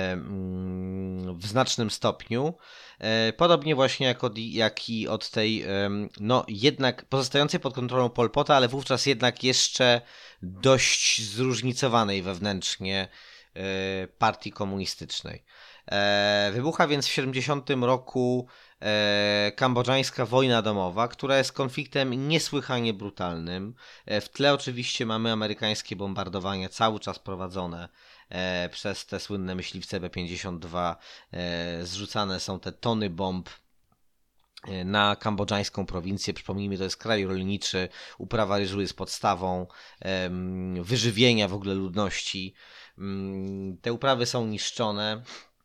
w znacznym stopniu. Podobnie właśnie jak i od tej jednak pozostającej pod kontrolą Pol Pota, ale wówczas jednak jeszcze dość zróżnicowanej wewnętrznie partii komunistycznej. Wybucha więc w 70 roku kambodżańska wojna domowa, która jest konfliktem niesłychanie brutalnym. W tle oczywiście mamy amerykańskie bombardowania cały czas prowadzone przez te słynne myśliwce B-52. Zrzucane są te tony bomb na kambodżańską prowincję. Przypomnijmy, to jest kraj rolniczy, uprawa ryżu jest podstawą wyżywienia w ogóle ludności. Te uprawy są niszczone.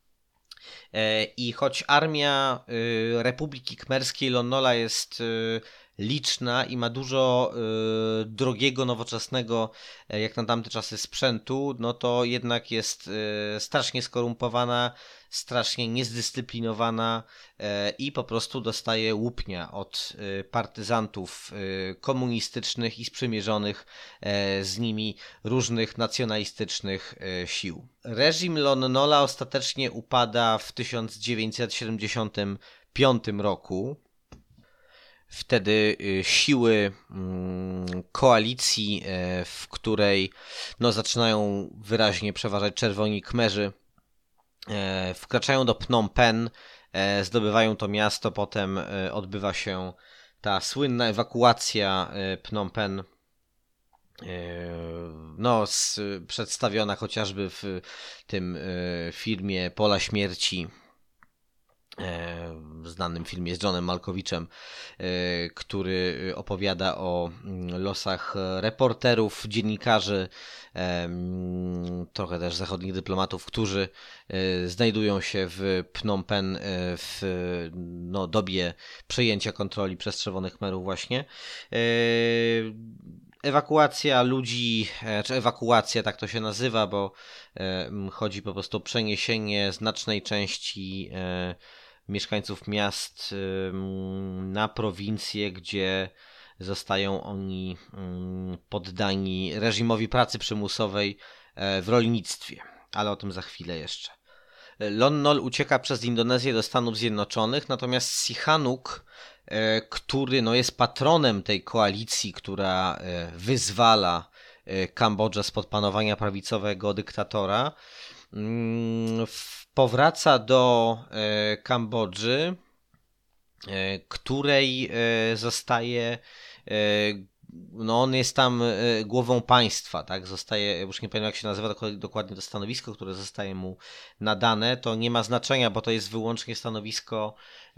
I choć armia Republiki Khmerskiej Lon Nola jest liczna i ma dużo drogiego, nowoczesnego, jak na tamte czasy, sprzętu, no to jednak jest strasznie skorumpowana, strasznie niezdyscyplinowana i po prostu dostaje łupnia od partyzantów komunistycznych i sprzymierzonych z nimi różnych nacjonalistycznych sił. Reżim Lon Nola ostatecznie upada w 1975 roku. Wtedy siły koalicji, w której zaczynają wyraźnie przeważać czerwoni Khmerzy, wkraczają do Phnom Penh, zdobywają to miasto, potem odbywa się ta słynna ewakuacja Phnom Penh, przedstawiona chociażby w tym filmie Pola Śmierci, znanym filmie z Johnem Malkowiczem, który opowiada o losach reporterów, dziennikarzy, trochę też zachodnich dyplomatów, którzy znajdują się w Phnom Penh w dobie przejęcia kontroli przez Czerwonych Khmerów właśnie. Ewakuacja ludzi, czy ewakuacja, tak to się nazywa, bo chodzi po prostu o przeniesienie znacznej części mieszkańców miast na prowincje, gdzie zostają oni poddani reżimowi pracy przymusowej w rolnictwie, ale o tym za chwilę jeszcze. Lon Nol ucieka przez Indonezję do Stanów Zjednoczonych, natomiast Sihanouk, który jest patronem tej koalicji, która wyzwala Kambodżę spod panowania prawicowego dyktatora, powraca do Kambodży, której zostaje, on jest tam głową państwa, tak, zostaje, już nie pamiętam jak się nazywa dokładnie to stanowisko, które zostaje mu nadane, to nie ma znaczenia, bo to jest wyłącznie stanowisko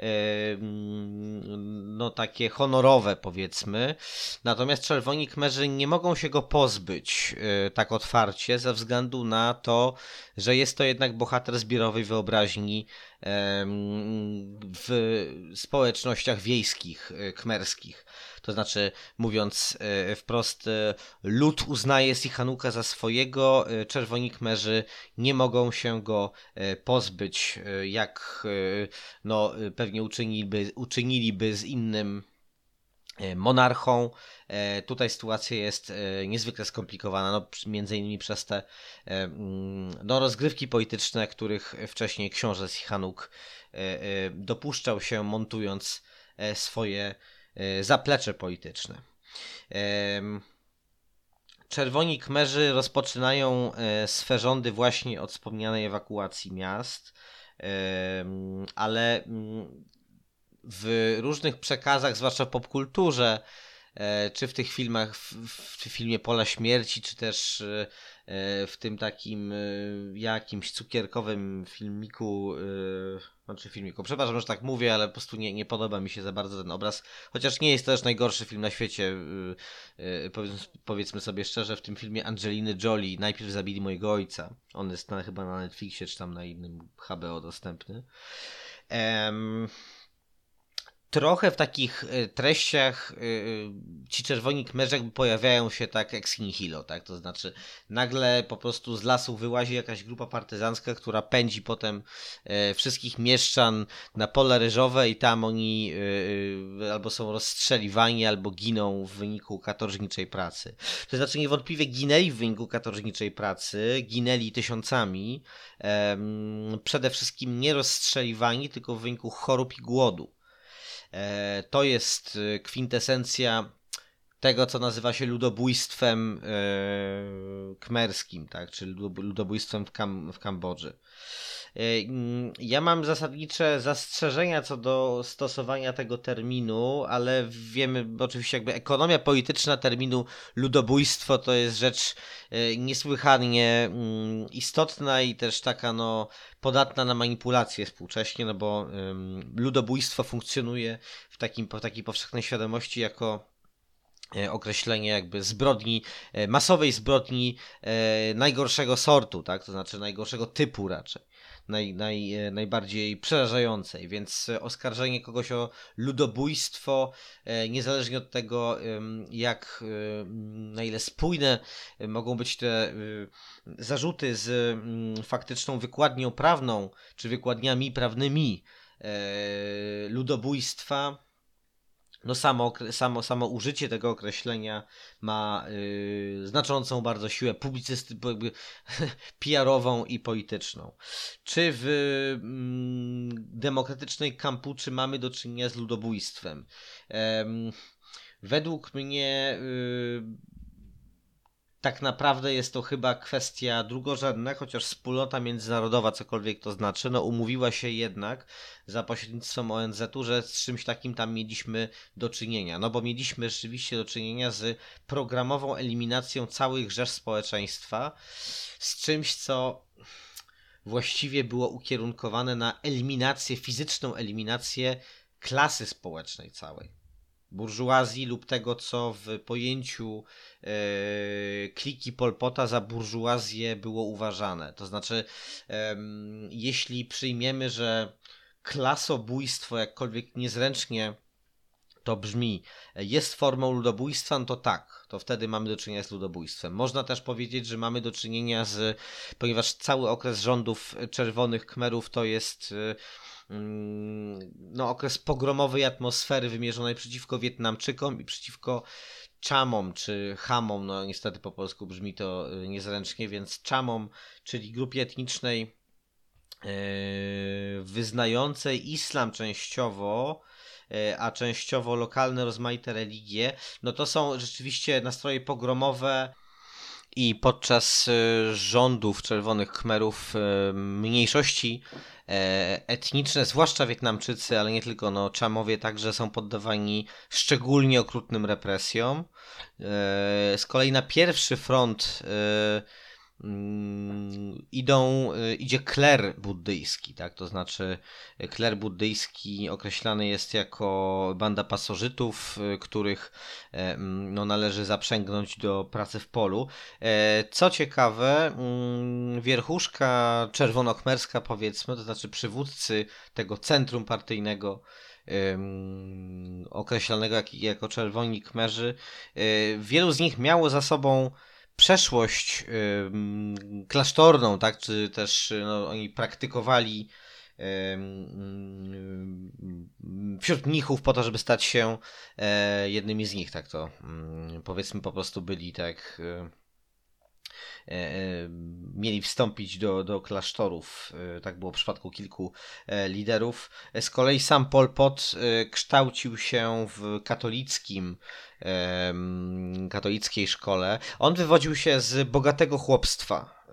takie honorowe, powiedzmy. Natomiast Czerwoni Khmerzy nie mogą się go pozbyć tak otwarcie, ze względu na to, że jest to jednak bohater zbiorowej wyobraźni w społecznościach wiejskich, kmerskich. To znaczy, mówiąc wprost, lud uznaje Sichanuka za swojego, czerwoni Kmerzy nie mogą się go pozbyć, jak pewnie uczyniliby z innym monarchą. Tutaj sytuacja jest niezwykle skomplikowana, między innymi przez te rozgrywki polityczne, których wcześniej książę Sichanuk dopuszczał się, montując swoje zaplecze polityczne. Czerwoni Kmerzy rozpoczynają swe rządy właśnie od wspomnianej ewakuacji miast, ale w różnych przekazach, zwłaszcza w popkulturze, czy w tych filmach, w filmie Pola Śmierci, czy też w tym takim jakimś cukierkowym filmiku, przepraszam, że tak mówię, ale po prostu nie podoba mi się za bardzo ten obraz, chociaż nie jest to też najgorszy film na świecie, powiedzmy sobie szczerze, w tym filmie Angeliny Jolie Najpierw zabili mojego ojca, on jest chyba na Netflixie, czy tam na innym HBO dostępny. Trochę w takich treściach ci czerwoni Kmerzy jakby pojawiają się tak ex nihilo, tak? To znaczy nagle po prostu z lasu wyłazi jakaś grupa partyzancka, która pędzi potem wszystkich mieszczan na pole ryżowe i tam oni albo są rozstrzeliwani, albo giną w wyniku katorżniczej pracy. To znaczy niewątpliwie ginęli w wyniku katorżniczej pracy, ginęli tysiącami, przede wszystkim nie rozstrzeliwani, tylko w wyniku chorób i głodu. To jest kwintesencja tego, co nazywa się ludobójstwem kmerskim, tak? Czyli ludobójstwem w Kambodży. Ja mam zasadnicze zastrzeżenia co do stosowania tego terminu, ale wiemy, oczywiście jakby ekonomia polityczna terminu ludobójstwo to jest rzecz niesłychanie istotna i też taka podatna na manipulacje współcześnie, bo ludobójstwo funkcjonuje w takiej powszechnej świadomości jako określenie jakby zbrodni, masowej zbrodni najgorszego sortu, tak? To znaczy najgorszego typu raczej. Najbardziej przerażającej, więc oskarżenie kogoś o ludobójstwo, niezależnie od tego, na ile spójne mogą być te zarzuty z faktyczną wykładnią prawną, czy wykładniami prawnymi ludobójstwa, samo użycie tego określenia ma znaczącą bardzo siłę PR-ową i polityczną. Czy w demokratycznej Kampuczy mamy do czynienia z ludobójstwem? Według mnie tak naprawdę jest to chyba kwestia drugorzędna, chociaż wspólnota międzynarodowa, cokolwiek to znaczy, umówiła się jednak za pośrednictwem ONZ-u, że z czymś takim tam mieliśmy do czynienia. Bo mieliśmy rzeczywiście do czynienia z programową eliminacją całych rzesz społeczeństwa, z czymś, co właściwie było ukierunkowane na fizyczną eliminację klasy społecznej całej. Burżuazji lub tego, co w pojęciu kliki Pol Pota za burżuazję było uważane. To znaczy, jeśli przyjmiemy, że klasobójstwo, jakkolwiek niezręcznie to brzmi, jest formą ludobójstwa, to tak, to wtedy mamy do czynienia z ludobójstwem. Można też powiedzieć, że mamy do czynienia ponieważ cały okres rządów czerwonych Kmerów to jest okres pogromowej atmosfery wymierzonej przeciwko Wietnamczykom i przeciwko Chamom czy Hamom, niestety po polsku brzmi to niezręcznie, więc Chamom, czyli grupie etnicznej wyznającej islam częściowo, a częściowo lokalne rozmaite religie, to są rzeczywiście nastroje pogromowe i podczas rządów czerwonych Khmerów mniejszości etniczne, zwłaszcza Wietnamczycy, ale nie tylko, Chamowie także są poddawani szczególnie okrutnym represjom. Z kolei na pierwszy front idzie kler buddyjski, tak? To znaczy kler buddyjski określany jest jako banda pasożytów, których należy zaprzęgnąć do pracy w polu. Co ciekawe, wierchuszka czerwonokhmerska, powiedzmy, to znaczy przywódcy tego centrum partyjnego określanego jako czerwoni khmerzy, wielu z nich miało za sobą przeszłość klasztorną, tak, czy też oni praktykowali wśród mnichów po to, żeby stać się jednymi z nich, tak to powiedzmy po prostu byli tak mieli wstąpić do klasztorów. Tak było w przypadku kilku liderów. Z kolei sam Pol Pot kształcił się w katolickiej szkole. On wywodził się z bogatego chłopstwa.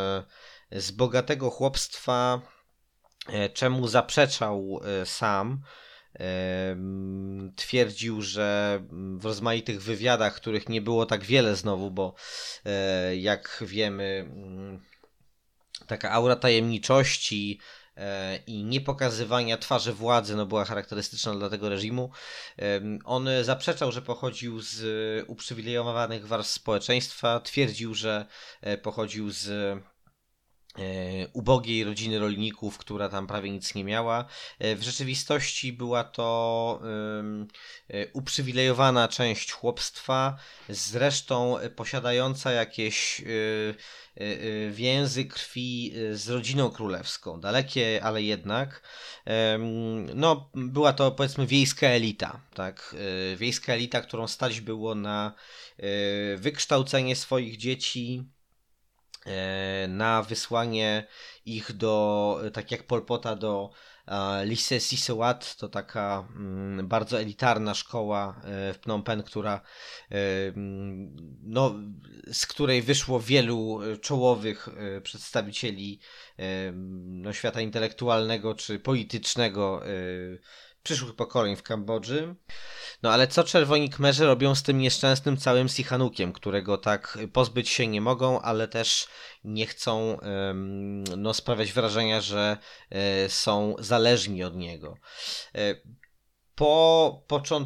Czemu zaprzeczał sam. Twierdził, że w rozmaitych wywiadach, których nie było tak wiele znowu, bo jak wiemy, taka aura tajemniczości i niepokazywania twarzy władzy była charakterystyczna dla tego reżimu. On zaprzeczał, że pochodził z uprzywilejowanych warstw społeczeństwa, twierdził, że pochodził z ubogiej rodziny rolników, która tam prawie nic nie miała. W rzeczywistości była to uprzywilejowana część chłopstwa, zresztą posiadająca jakieś więzy krwi z rodziną królewską. Dalekie, ale jednak. Była to, powiedzmy, wiejska elita, tak? Wiejska elita, którą stać było na wykształcenie swoich dzieci, na wysłanie ich tak jak Pol Pota, do Lycée Sisewat, to taka bardzo elitarna szkoła w Phnom Penh, z której wyszło wielu czołowych przedstawicieli świata intelektualnego czy politycznego przyszłych pokoleń w Kambodży. Ale co czerwoni khmerzy robią z tym nieszczęsnym całym Sihanukiem, którego tak pozbyć się nie mogą, ale też nie chcą sprawiać wrażenia, że są zależni od niego. Po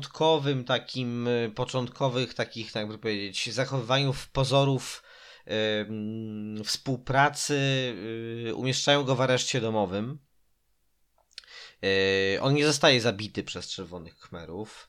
początkowych takich, jakby powiedzieć, zachowywaniu pozorów współpracy, umieszczają go w areszcie domowym. On nie zostaje zabity przez czerwonych khmerów.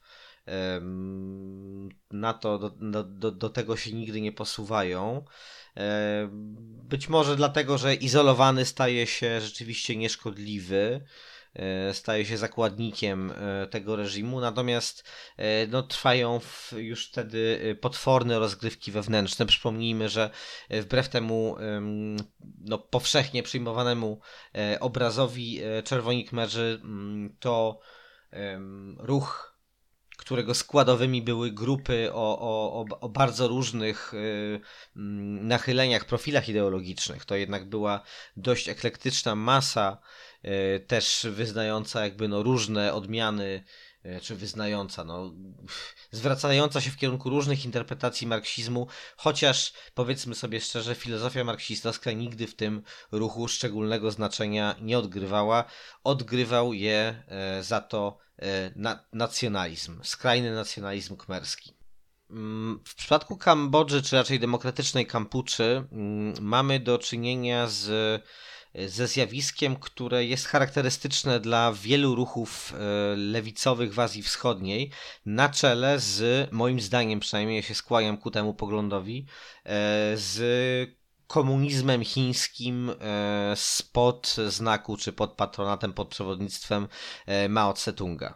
Do tego się nigdy nie posuwają. Być może dlatego, że izolowany staje się rzeczywiście nieszkodliwy, staje się zakładnikiem tego reżimu, natomiast trwają już wtedy potworne rozgrywki wewnętrzne. Przypomnijmy, że wbrew temu powszechnie przyjmowanemu obrazowi czerwoni khmerzy to ruch, którego składowymi były grupy o bardzo różnych nachyleniach, profilach ideologicznych. To jednak była dość eklektyczna masa, też wyznająca różne odmiany, czy wyznająca, zwracająca się w kierunku różnych interpretacji marksizmu, chociaż powiedzmy sobie szczerze, filozofia marksistowska nigdy w tym ruchu szczególnego znaczenia nie odgrywała. Odgrywał je za to nacjonalizm, skrajny nacjonalizm khmerski. W przypadku Kambodży, czy raczej demokratycznej Kampuczy, mamy do czynienia ze zjawiskiem, które jest charakterystyczne dla wielu ruchów lewicowych w Azji Wschodniej, na czele z, moim zdaniem przynajmniej, ja się skłaniam ku temu poglądowi, z komunizmem chińskim spod znaku, czy pod patronatem, pod przewodnictwem Mao Tse-tunga.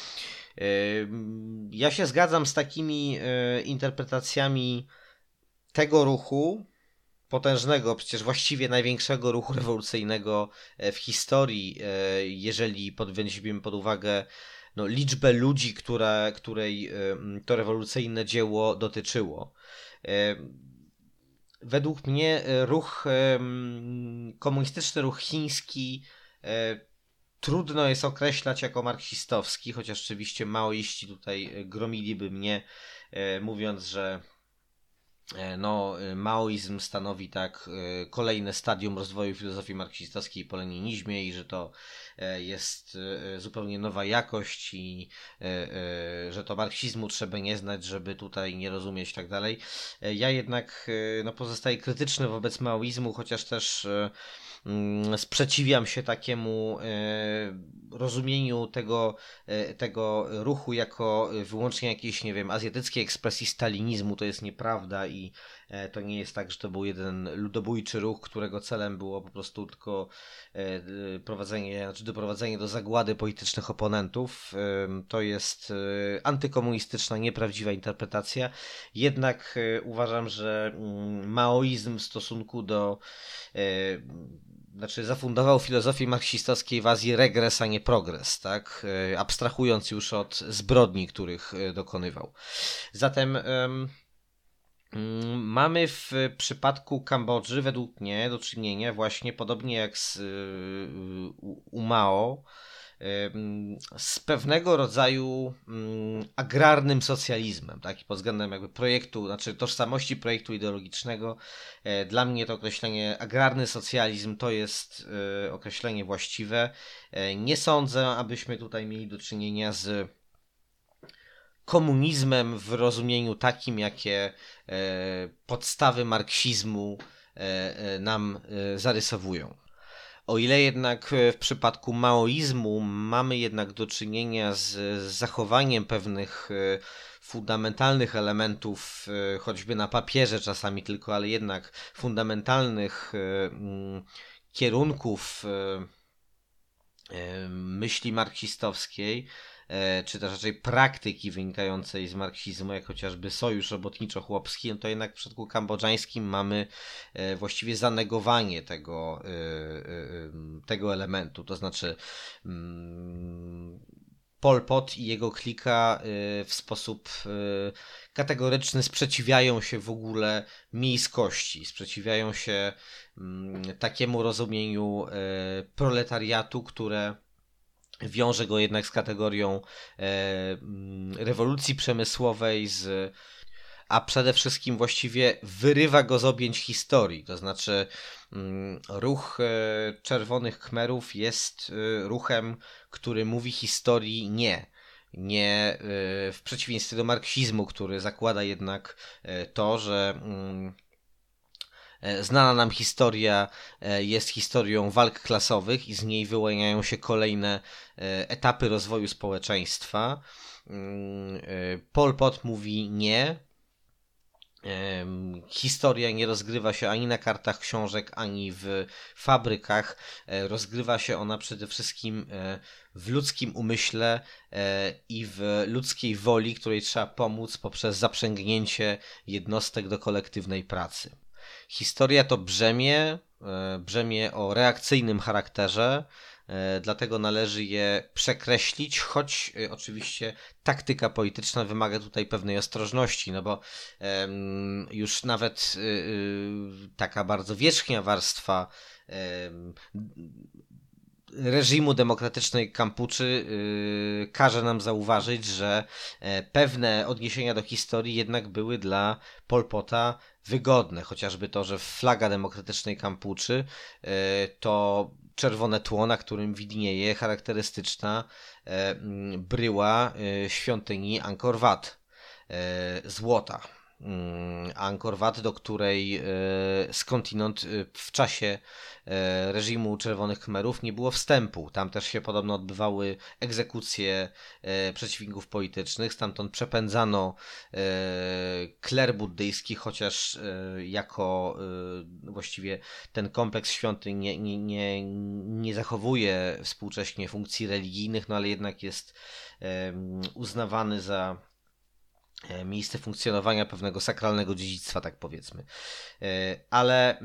Ja się zgadzam z takimi interpretacjami tego ruchu, potężnego, przecież właściwie największego ruchu rewolucyjnego w historii, jeżeli weźmiemy pod uwagę liczbę ludzi, której to rewolucyjne dzieło dotyczyło. Według mnie komunistyczny ruch chiński trudno jest określać jako marksistowski, chociaż oczywiście maoiści tutaj gromiliby mnie, mówiąc, że maoizm stanowi tak kolejne stadium rozwoju filozofii marksistowskiej po leninizmie i że to jest zupełnie nowa jakość i że to marksizmu trzeba nie znać, żeby tutaj nie rozumieć i tak dalej. Ja jednak pozostaję krytyczny wobec maoizmu, chociaż też sprzeciwiam się takiemu rozumieniu tego ruchu jako wyłącznie jakiejś, nie wiem, azjatyckiej ekspresji stalinizmu. To jest nieprawda i to nie jest tak, że to był jeden ludobójczy ruch, którego celem było po prostu tylko doprowadzenie do zagłady politycznych oponentów. To jest antykomunistyczna, nieprawdziwa interpretacja. Jednak uważam, że maoizm w stosunku do zafundował filozofię marksistowskiej w Azji regres, a nie progres, tak? Abstrahując już od zbrodni, których dokonywał. Zatem mamy w przypadku Kambodży według mnie do czynienia właśnie podobnie jak u Mao z pewnego rodzaju agrarnym socjalizmem, tak? I pod względem jakby projektu, tożsamości projektu ideologicznego. Dla mnie to określenie agrarny socjalizm to jest określenie właściwe. Nie sądzę, abyśmy tutaj mieli do czynienia z komunizmem w rozumieniu takim, jakie podstawy marksizmu nam zarysowują. O ile jednak w przypadku maoizmu mamy jednak do czynienia z zachowaniem pewnych fundamentalnych elementów, choćby na papierze czasami tylko, ale jednak fundamentalnych kierunków myśli marksistowskiej, czy też raczej praktyki wynikającej z marksizmu, jak chociażby sojusz robotniczo-chłopski, to jednak w przypadku kambodżańskim mamy właściwie zanegowanie tego elementu. To znaczy Pol Pot i jego klika w sposób kategoryczny sprzeciwiają się w ogóle miejskości, sprzeciwiają się takiemu rozumieniu proletariatu, które wiąże go jednak z kategorią rewolucji przemysłowej, a przede wszystkim właściwie wyrywa go z objęć historii. To znaczy ruch Czerwonych Khmerów jest ruchem, który mówi historii nie. Nie w przeciwieństwie do marksizmu, który zakłada jednak to, że znana nam historia jest historią walk klasowych i z niej wyłaniają się kolejne etapy rozwoju społeczeństwa. Pol Pot mówi nie. Historia nie rozgrywa się ani na kartach książek, ani w fabrykach. Rozgrywa się ona przede wszystkim w ludzkim umyśle i w ludzkiej woli, której trzeba pomóc poprzez zaprzęgnięcie jednostek do kolektywnej pracy. Historia to brzemię o reakcyjnym charakterze, dlatego należy je przekreślić, choć oczywiście taktyka polityczna wymaga tutaj pewnej ostrożności, no bo już nawet taka bardzo wierzchnia warstwa reżimu demokratycznej Kampuczy każe nam zauważyć, że pewne odniesienia do historii jednak były dla Pol Pota wygodne, chociażby to, że flaga demokratycznej Kampuczy to czerwone tło, na którym widnieje charakterystyczna bryła świątyni Angkor Wat, złota. Angkor Wat, do której skądinąd w czasie reżimu Czerwonych Khmerów nie było wstępu. Tam też się podobno odbywały egzekucje przeciwników politycznych, stamtąd przepędzano kler buddyjski, chociaż jako właściwie ten kompleks świątyń nie zachowuje współcześnie funkcji religijnych, no ale jednak jest uznawany za miejsce funkcjonowania pewnego sakralnego dziedzictwa, tak powiedzmy. Ale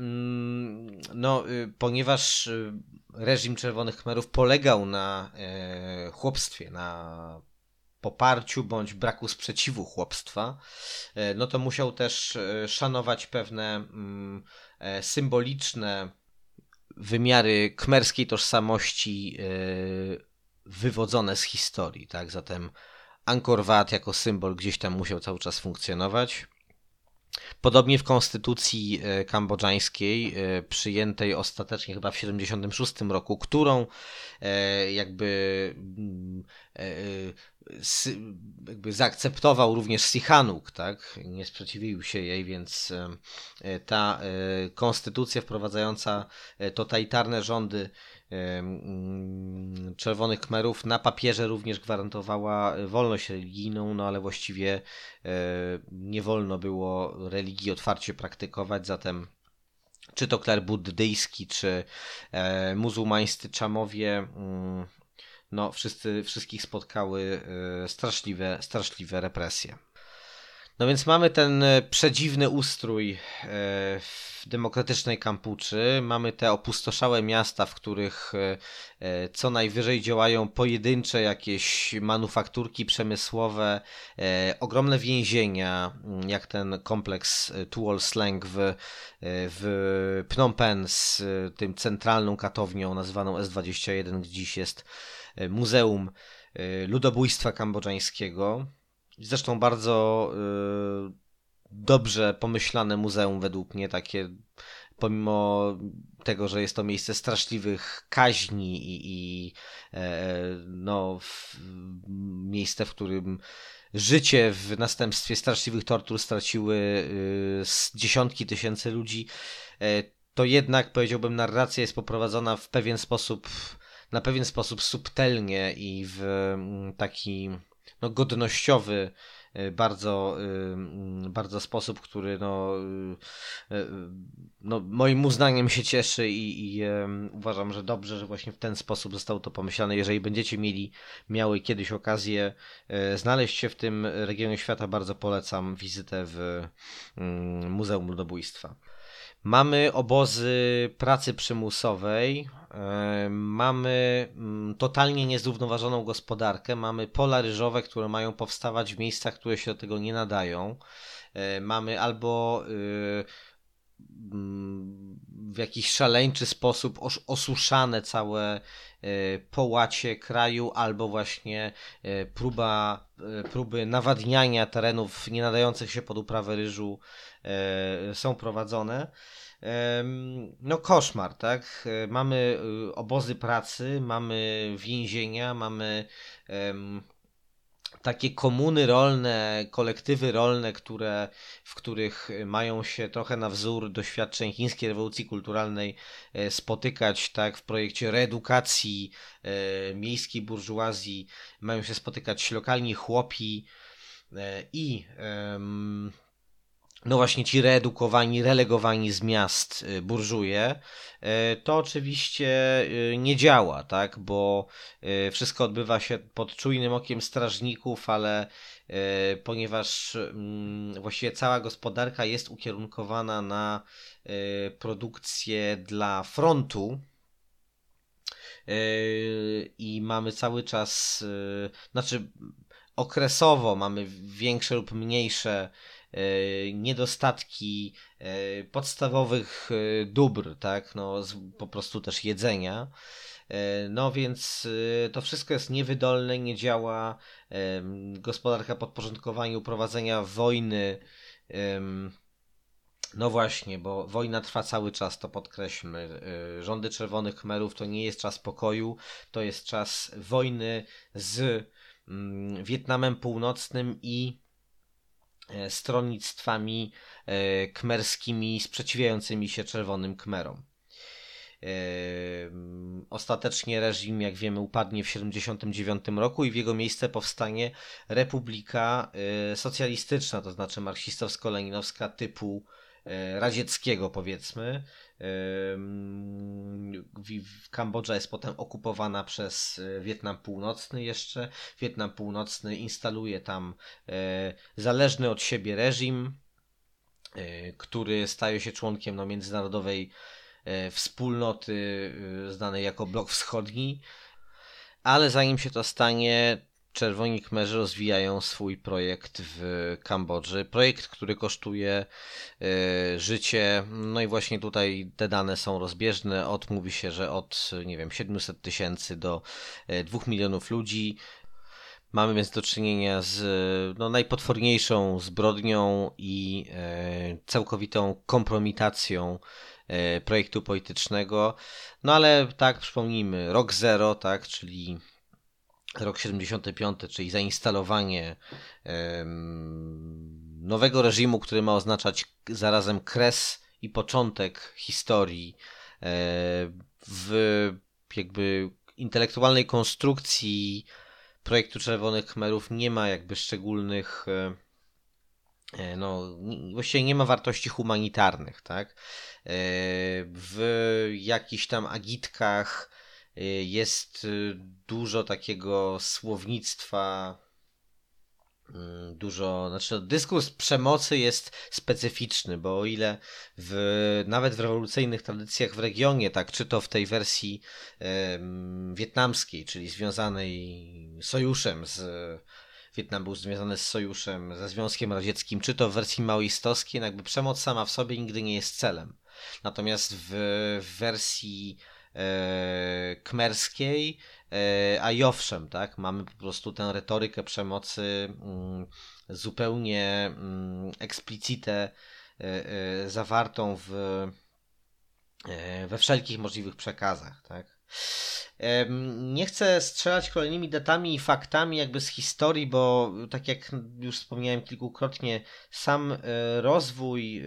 ponieważ reżim Czerwonych Khmerów polegał na chłopstwie, na poparciu bądź braku sprzeciwu chłopstwa, no to musiał też szanować pewne symboliczne wymiary khmerskiej tożsamości wywodzone z historii, tak? Zatem Angkor Wat jako symbol gdzieś tam musiał cały czas funkcjonować. Podobnie w konstytucji kambodżańskiej, przyjętej ostatecznie chyba w 1976 roku, którą jakby zaakceptował również Sihanouk, tak? Nie sprzeciwił się jej, więc ta konstytucja wprowadzająca totalitarne rządy Czerwonych Khmerów na papierze również gwarantowała wolność religijną, no ale właściwie nie wolno było religii otwarcie praktykować, zatem czy to kler buddyjski, czy muzułmańscy czamowie, no wszystkich spotkały straszliwe represje. No więc mamy ten przedziwny ustrój w demokratycznej Kampuczy, mamy te opustoszałe miasta, w których co najwyżej działają pojedyncze jakieś manufakturki przemysłowe, ogromne więzienia, jak ten kompleks Tuol Sleng w Phnom Penh z tym centralną katownią nazywaną S21, gdzie dziś jest Muzeum Ludobójstwa Kambodżańskiego. Zresztą bardzo dobrze pomyślane muzeum według mnie, takie pomimo tego, że jest to miejsce straszliwych kaźni i miejsce, w którym życie w następstwie straszliwych tortur straciły dziesiątki tysięcy ludzi, to jednak powiedziałbym narracja jest poprowadzona na pewien sposób subtelnie i w taki godnościowy bardzo sposób, który moim uznaniem się cieszy i uważam, że dobrze, że właśnie w ten sposób zostało to pomyślane. Jeżeli będziecie miały kiedyś okazję znaleźć się w tym regionie świata, bardzo polecam wizytę w Muzeum Ludobójstwa. Mamy obozy pracy przymusowej, mamy totalnie niezrównoważoną gospodarkę, mamy pola ryżowe, które mają powstawać w miejscach, które się do tego nie nadają. Mamy albo w jakiś szaleńczy sposób osuszane całe połacie kraju, albo właśnie próby nawadniania terenów nie nadających się pod uprawę ryżu są prowadzone. No koszmar, tak? Mamy obozy pracy, mamy więzienia, mamy takie komuny rolne, kolektywy rolne, w których mają się trochę na wzór doświadczeń chińskiej rewolucji kulturalnej spotykać, tak, w projekcie reedukacji miejskiej burżuazji mają się spotykać lokalni chłopi i no właśnie ci reedukowani, relegowani z miast burżuje, to oczywiście nie działa, tak, bo wszystko odbywa się pod czujnym okiem strażników, ale ponieważ właściwie cała gospodarka jest ukierunkowana na produkcję dla frontu i mamy cały czas, okresowo mamy większe lub mniejsze niedostatki podstawowych dóbr, tak, po prostu też jedzenia. No więc to wszystko jest niewydolne, nie działa. Gospodarka podporządkowaniu prowadzenia wojny. No właśnie, bo wojna trwa cały czas, to podkreślmy. Rządy Czerwonych Khmerów to nie jest czas pokoju, to jest czas wojny z Wietnamem Północnym i stronnictwami khmerskimi sprzeciwiającymi się Czerwonym Khmerom. Ostatecznie reżim, jak wiemy, upadnie w 1979 roku i w jego miejsce powstanie republika socjalistyczna, to znaczy marksistowsko-leninowska typu radzieckiego, powiedzmy. Kambodża jest potem okupowana przez Wietnam Północny jeszcze. Wietnam Północny instaluje tam zależny od siebie reżim, który staje się członkiem międzynarodowej wspólnoty znanej jako Blok Wschodni. Ale zanim się to stanie, Czerwoni Khmerzy rozwijają swój projekt w Kambodży. Projekt, który kosztuje życie, no i właśnie tutaj te dane są rozbieżne. Mówi się, że od 700 000 do 2 milionów ludzi. Mamy więc do czynienia z najpotworniejszą zbrodnią i całkowitą kompromitacją projektu politycznego. No ale tak, przypomnijmy, rok zero, tak, czyli rok 75, czyli zainstalowanie nowego reżimu, który ma oznaczać zarazem kres i początek historii w jakby intelektualnej konstrukcji projektu Czerwonych Khmerów nie ma jakby szczególnych, właściwie nie ma wartości humanitarnych, tak? W jakichś tam agitkach jest dużo takiego słownictwa, dyskurs przemocy jest specyficzny, bo o ile nawet w rewolucyjnych tradycjach w regionie, tak, czy to w tej wersji wietnamskiej, czyli związanej sojuszem Wietnam był związany z sojuszem ze Związkiem Radzieckim, czy to w wersji maoistowskiej, jakby przemoc sama w sobie nigdy nie jest celem. Natomiast w wersji kmerskiej, a i owszem, tak, mamy po prostu tę retorykę przemocy zupełnie explicite zawartą we wszelkich możliwych przekazach, tak. Nie chcę strzelać kolejnymi datami i faktami jakby z historii, bo tak jak już wspomniałem kilkukrotnie, sam rozwój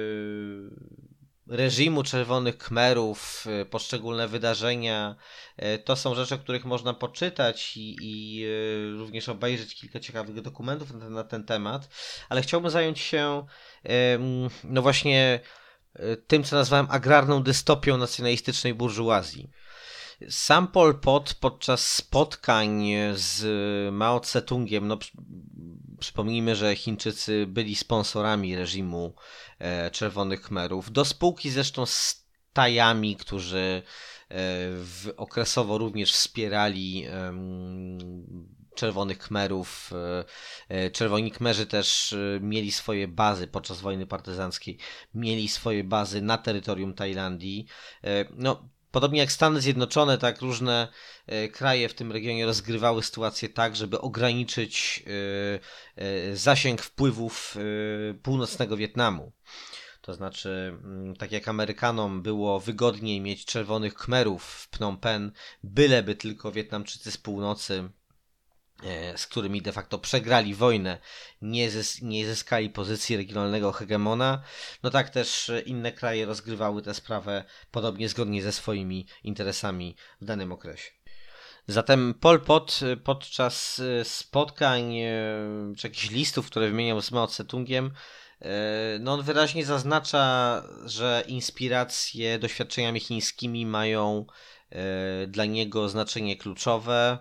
reżimu Czerwonych Khmerów, poszczególne wydarzenia, to są rzeczy, o których można poczytać i również obejrzeć kilka ciekawych dokumentów na ten temat, ale chciałbym zająć się właśnie tym, co nazwałem agrarną dystopią nacjonalistycznej burżuazji. Sam Pol Pot podczas spotkań z Mao Tse-tungiem, przypomnijmy, że Chińczycy byli sponsorami reżimu Czerwonych Khmerów, do spółki zresztą z Tajami, którzy okresowo również wspierali Czerwonych Khmerów. Czerwoni Khmerzy też mieli swoje bazy podczas wojny partyzanckiej, mieli swoje bazy na terytorium Tajlandii. Podobnie jak Stany Zjednoczone, tak różne kraje w tym regionie rozgrywały sytuację tak, żeby ograniczyć zasięg wpływów północnego Wietnamu. To znaczy, tak jak Amerykanom było wygodniej mieć Czerwonych Khmerów w Phnom Penh, byleby tylko Wietnamczycy z północy, z którymi de facto przegrali wojnę, nie zyskali pozycji regionalnego hegemona, tak też inne kraje rozgrywały tę sprawę podobnie zgodnie ze swoimi interesami w danym okresie. Zatem Pol Pot podczas spotkań czy jakichś listów, które wymieniał z Mao Tse-tungiem, on wyraźnie zaznacza, że inspiracje doświadczeniami chińskimi mają dla niego znaczenie kluczowe.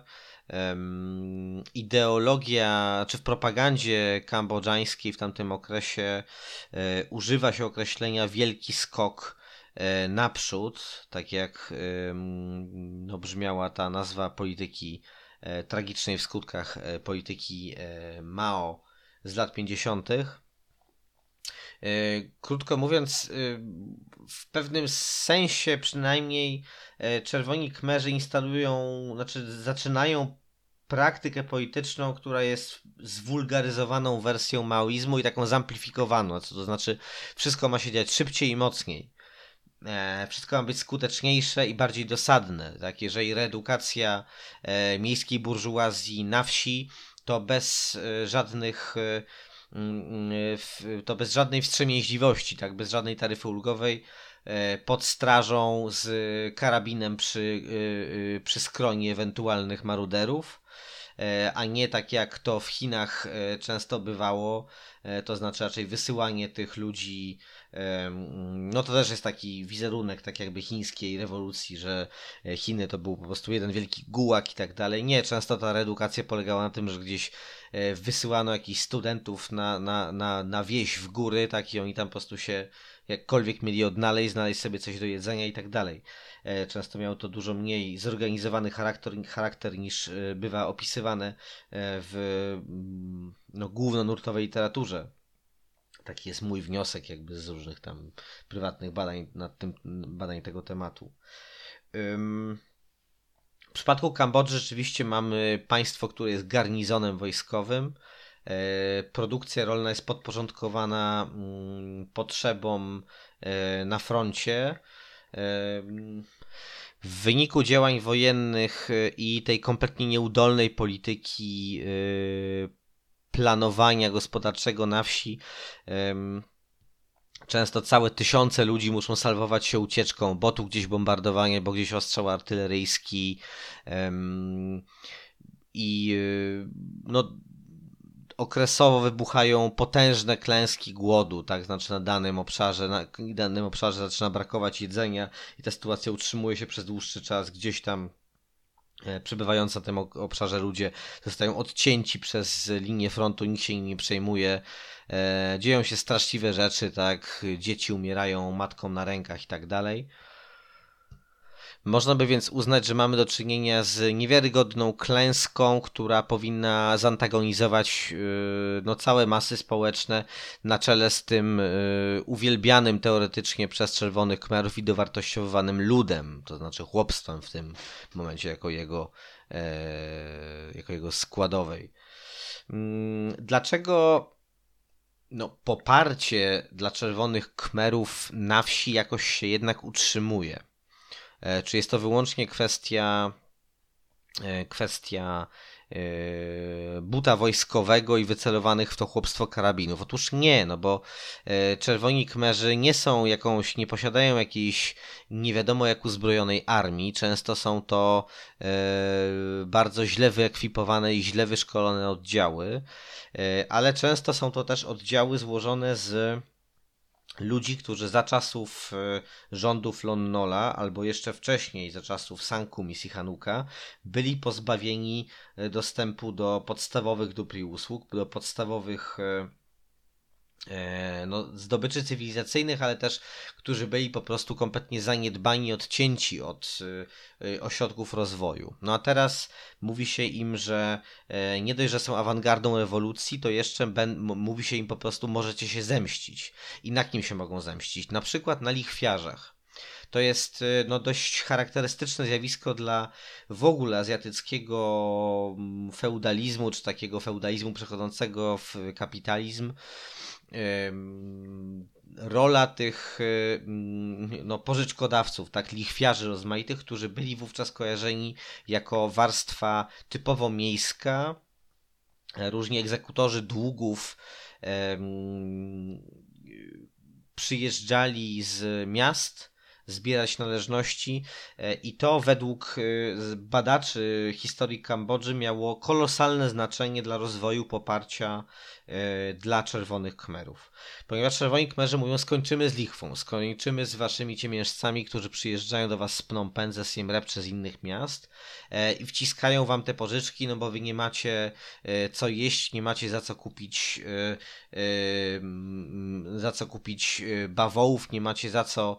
Ideologia, czy w propagandzie kambodżańskiej w tamtym okresie używa się określenia wielki skok naprzód, tak jak brzmiała ta nazwa polityki tragicznej w skutkach polityki Mao z lat 50. Krótko mówiąc, w pewnym sensie przynajmniej Czerwoni Khmerzy zaczynają praktykę polityczną, która jest zwulgaryzowaną wersją maoizmu i taką zamplifikowaną, co to znaczy wszystko ma się dziać szybciej i mocniej. Wszystko ma być skuteczniejsze i bardziej dosadne. Tak? Jeżeli reedukacja miejskiej burżuazji na wsi, to bez żadnej wstrzemięźliwości, tak? Bez żadnej taryfy ulgowej, pod strażą z karabinem przy skronie ewentualnych maruderów, a nie tak jak to w Chinach często bywało, to znaczy raczej wysyłanie tych ludzi, to też jest taki wizerunek tak jakby chińskiej rewolucji, że Chiny to był po prostu jeden wielki gułag i tak dalej. Nie, często ta reedukacja polegała na tym, że gdzieś wysyłano jakichś studentów na wieś w góry, tak, i oni tam po prostu się jakkolwiek mieli znaleźć sobie coś do jedzenia i tak dalej. Często miało to dużo mniej zorganizowany charakter niż bywa opisywane w głównonurtowej literaturze. Taki jest mój wniosek jakby z różnych tam prywatnych badań tego tematu. W przypadku Kambodży rzeczywiście mamy państwo, które jest garnizonem wojskowym. Produkcja rolna jest podporządkowana potrzebom na froncie. W wyniku działań wojennych i tej kompletnie nieudolnej polityki planowania gospodarczego na wsi, często całe tysiące ludzi muszą salwować się ucieczką, bo tu gdzieś bombardowanie, bo gdzieś ostrzał artyleryjski i no, okresowo wybuchają potężne klęski głodu, tak, znaczy na danym obszarze zaczyna brakować jedzenia i ta sytuacja utrzymuje się przez dłuższy czas. Gdzieś tam przebywający na tym obszarze ludzie zostają odcięci przez linię frontu, nikt się nie przejmuje. Dzieją się straszliwe rzeczy, tak, dzieci umierają matkom na rękach i tak dalej. Można by więc uznać, że mamy do czynienia z niewiarygodną klęską, która powinna zantagonizować całe masy społeczne na czele z tym uwielbianym teoretycznie przez Czerwonych Khmerów i dowartościowywanym ludem, to znaczy chłopstwem w tym momencie jako jego składowej. Dlaczego poparcie dla Czerwonych Khmerów na wsi jakoś się jednak utrzymuje? Czy jest to wyłącznie kwestia buta wojskowego i wycelowanych w to chłopstwo karabinów? Otóż nie, bo Czerwoni Khmerzy nie posiadają jakiejś nie wiadomo jak uzbrojonej armii. Często są to bardzo źle wyekwipowane i źle wyszkolone oddziały, ale często są to też oddziały złożone z ludzi, którzy za czasów rządów Lon Nola, albo jeszcze wcześniej, za czasów Sankum i Sihanouk'a, byli pozbawieni dostępu do podstawowych dóbr i usług, do podstawowych zdobyczy cywilizacyjnych, ale też którzy byli po prostu kompletnie zaniedbani, odcięci od ośrodków rozwoju. No a teraz mówi się im, że nie dość, że są awangardą rewolucji, to jeszcze mówi się im po prostu możecie się zemścić. I na kim się mogą zemścić? Na przykład na lichwiarzach. To jest dość charakterystyczne zjawisko dla w ogóle azjatyckiego feudalizmu, czy takiego feudalizmu przechodzącego w kapitalizm. Rola tych pożyczkodawców, tak, lichwiarzy rozmaitych, którzy byli wówczas kojarzeni jako warstwa typowo miejska, różni egzekutorzy długów przyjeżdżali z miast zbierać należności i to według badaczy historii Kambodży miało kolosalne znaczenie dla rozwoju poparcia dla Czerwonych Khmerów. Ponieważ Czerwoni Khmerzy mówią, skończymy z lichwą, skończymy z waszymi ciemiężcami, którzy przyjeżdżają do was z Phnom Penh, ze Siem Reap, z innych miast i wciskają wam te pożyczki, bo wy nie macie co jeść, nie macie za co kupić bawołów, nie macie za co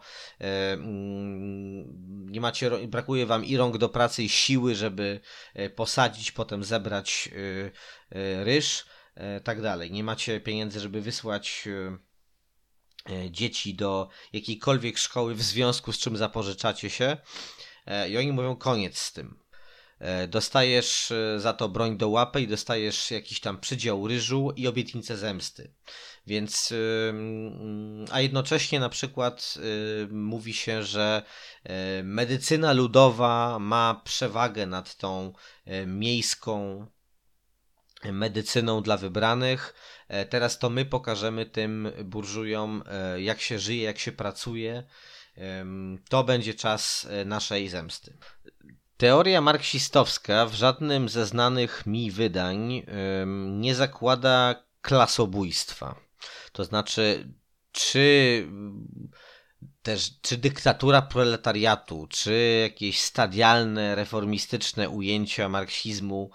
brakuje wam i rąk do pracy i siły, żeby posadzić, potem zebrać ryż, tak dalej. Nie macie pieniędzy, żeby wysłać dzieci do jakiejkolwiek szkoły, w związku z czym zapożyczacie się i oni mówią koniec z tym. Dostajesz za to broń do łapy i dostajesz jakiś tam przydział ryżu i obietnicę zemsty. Więc, a jednocześnie na przykład mówi się, że medycyna ludowa ma przewagę nad tą miejską medycyną dla wybranych. Teraz to my pokażemy tym burżujom, jak się żyje, jak się pracuje. To będzie czas naszej zemsty. Teoria marksistowska w żadnym ze znanych mi wydań nie zakłada klasobójstwa. To znaczy, czy dyktatura proletariatu, czy jakieś stadialne, reformistyczne ujęcia marksizmu,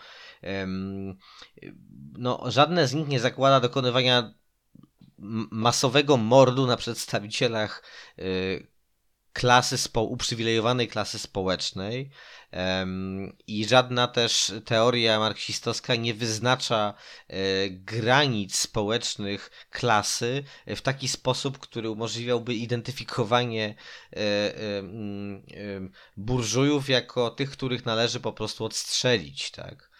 żadne z nich nie zakłada dokonywania masowego mordu na przedstawicielach uprzywilejowanej klasy społecznej. I żadna też teoria marksistowska nie wyznacza granic społecznych klasy w taki sposób, który umożliwiałby identyfikowanie burżujów jako tych, których należy po prostu odstrzelić, tak?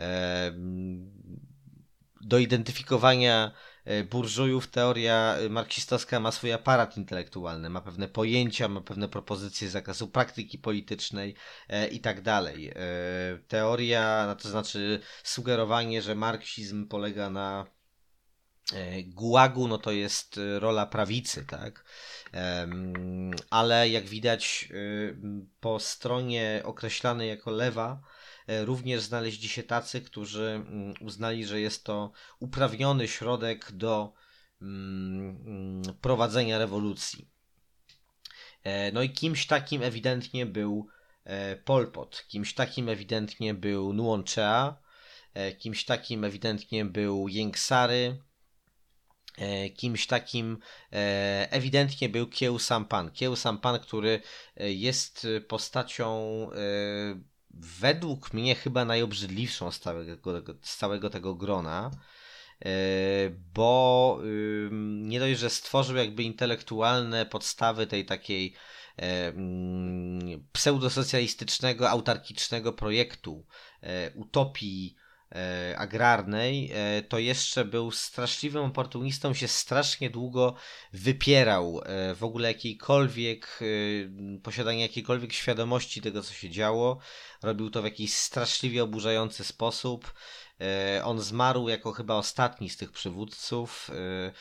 Do identyfikowania burżujów teoria marksistowska ma swój aparat intelektualny, ma pewne pojęcia, ma pewne propozycje z zakresu praktyki politycznej i tak dalej. Teoria, to znaczy sugerowanie, że marksizm polega na gułagu, no to jest rola prawicy, tak? Ale jak widać po stronie określanej jako lewa również znaleźli się tacy, którzy uznali, że jest to uprawniony środek do prowadzenia rewolucji. No i kimś takim ewidentnie był Pol Pot, kimś takim ewidentnie był Nuon Chea, kimś takim ewidentnie był Ieng Sary, kimś takim ewidentnie był Khieu Samphan. Khieu Samphan, który jest postacią według mnie chyba najobrzydliwszą z całego tego grona, bo nie dość, że stworzył jakby intelektualne podstawy tej takiej pseudosocjalistycznego, autarkicznego projektu, utopii agrarnej, to jeszcze był straszliwym oportunistą, się strasznie długo wypierał w ogóle posiadania jakiejkolwiek świadomości tego, co się działo. Robił to w jakiś straszliwie oburzający sposób. On zmarł jako chyba ostatni z tych przywódców.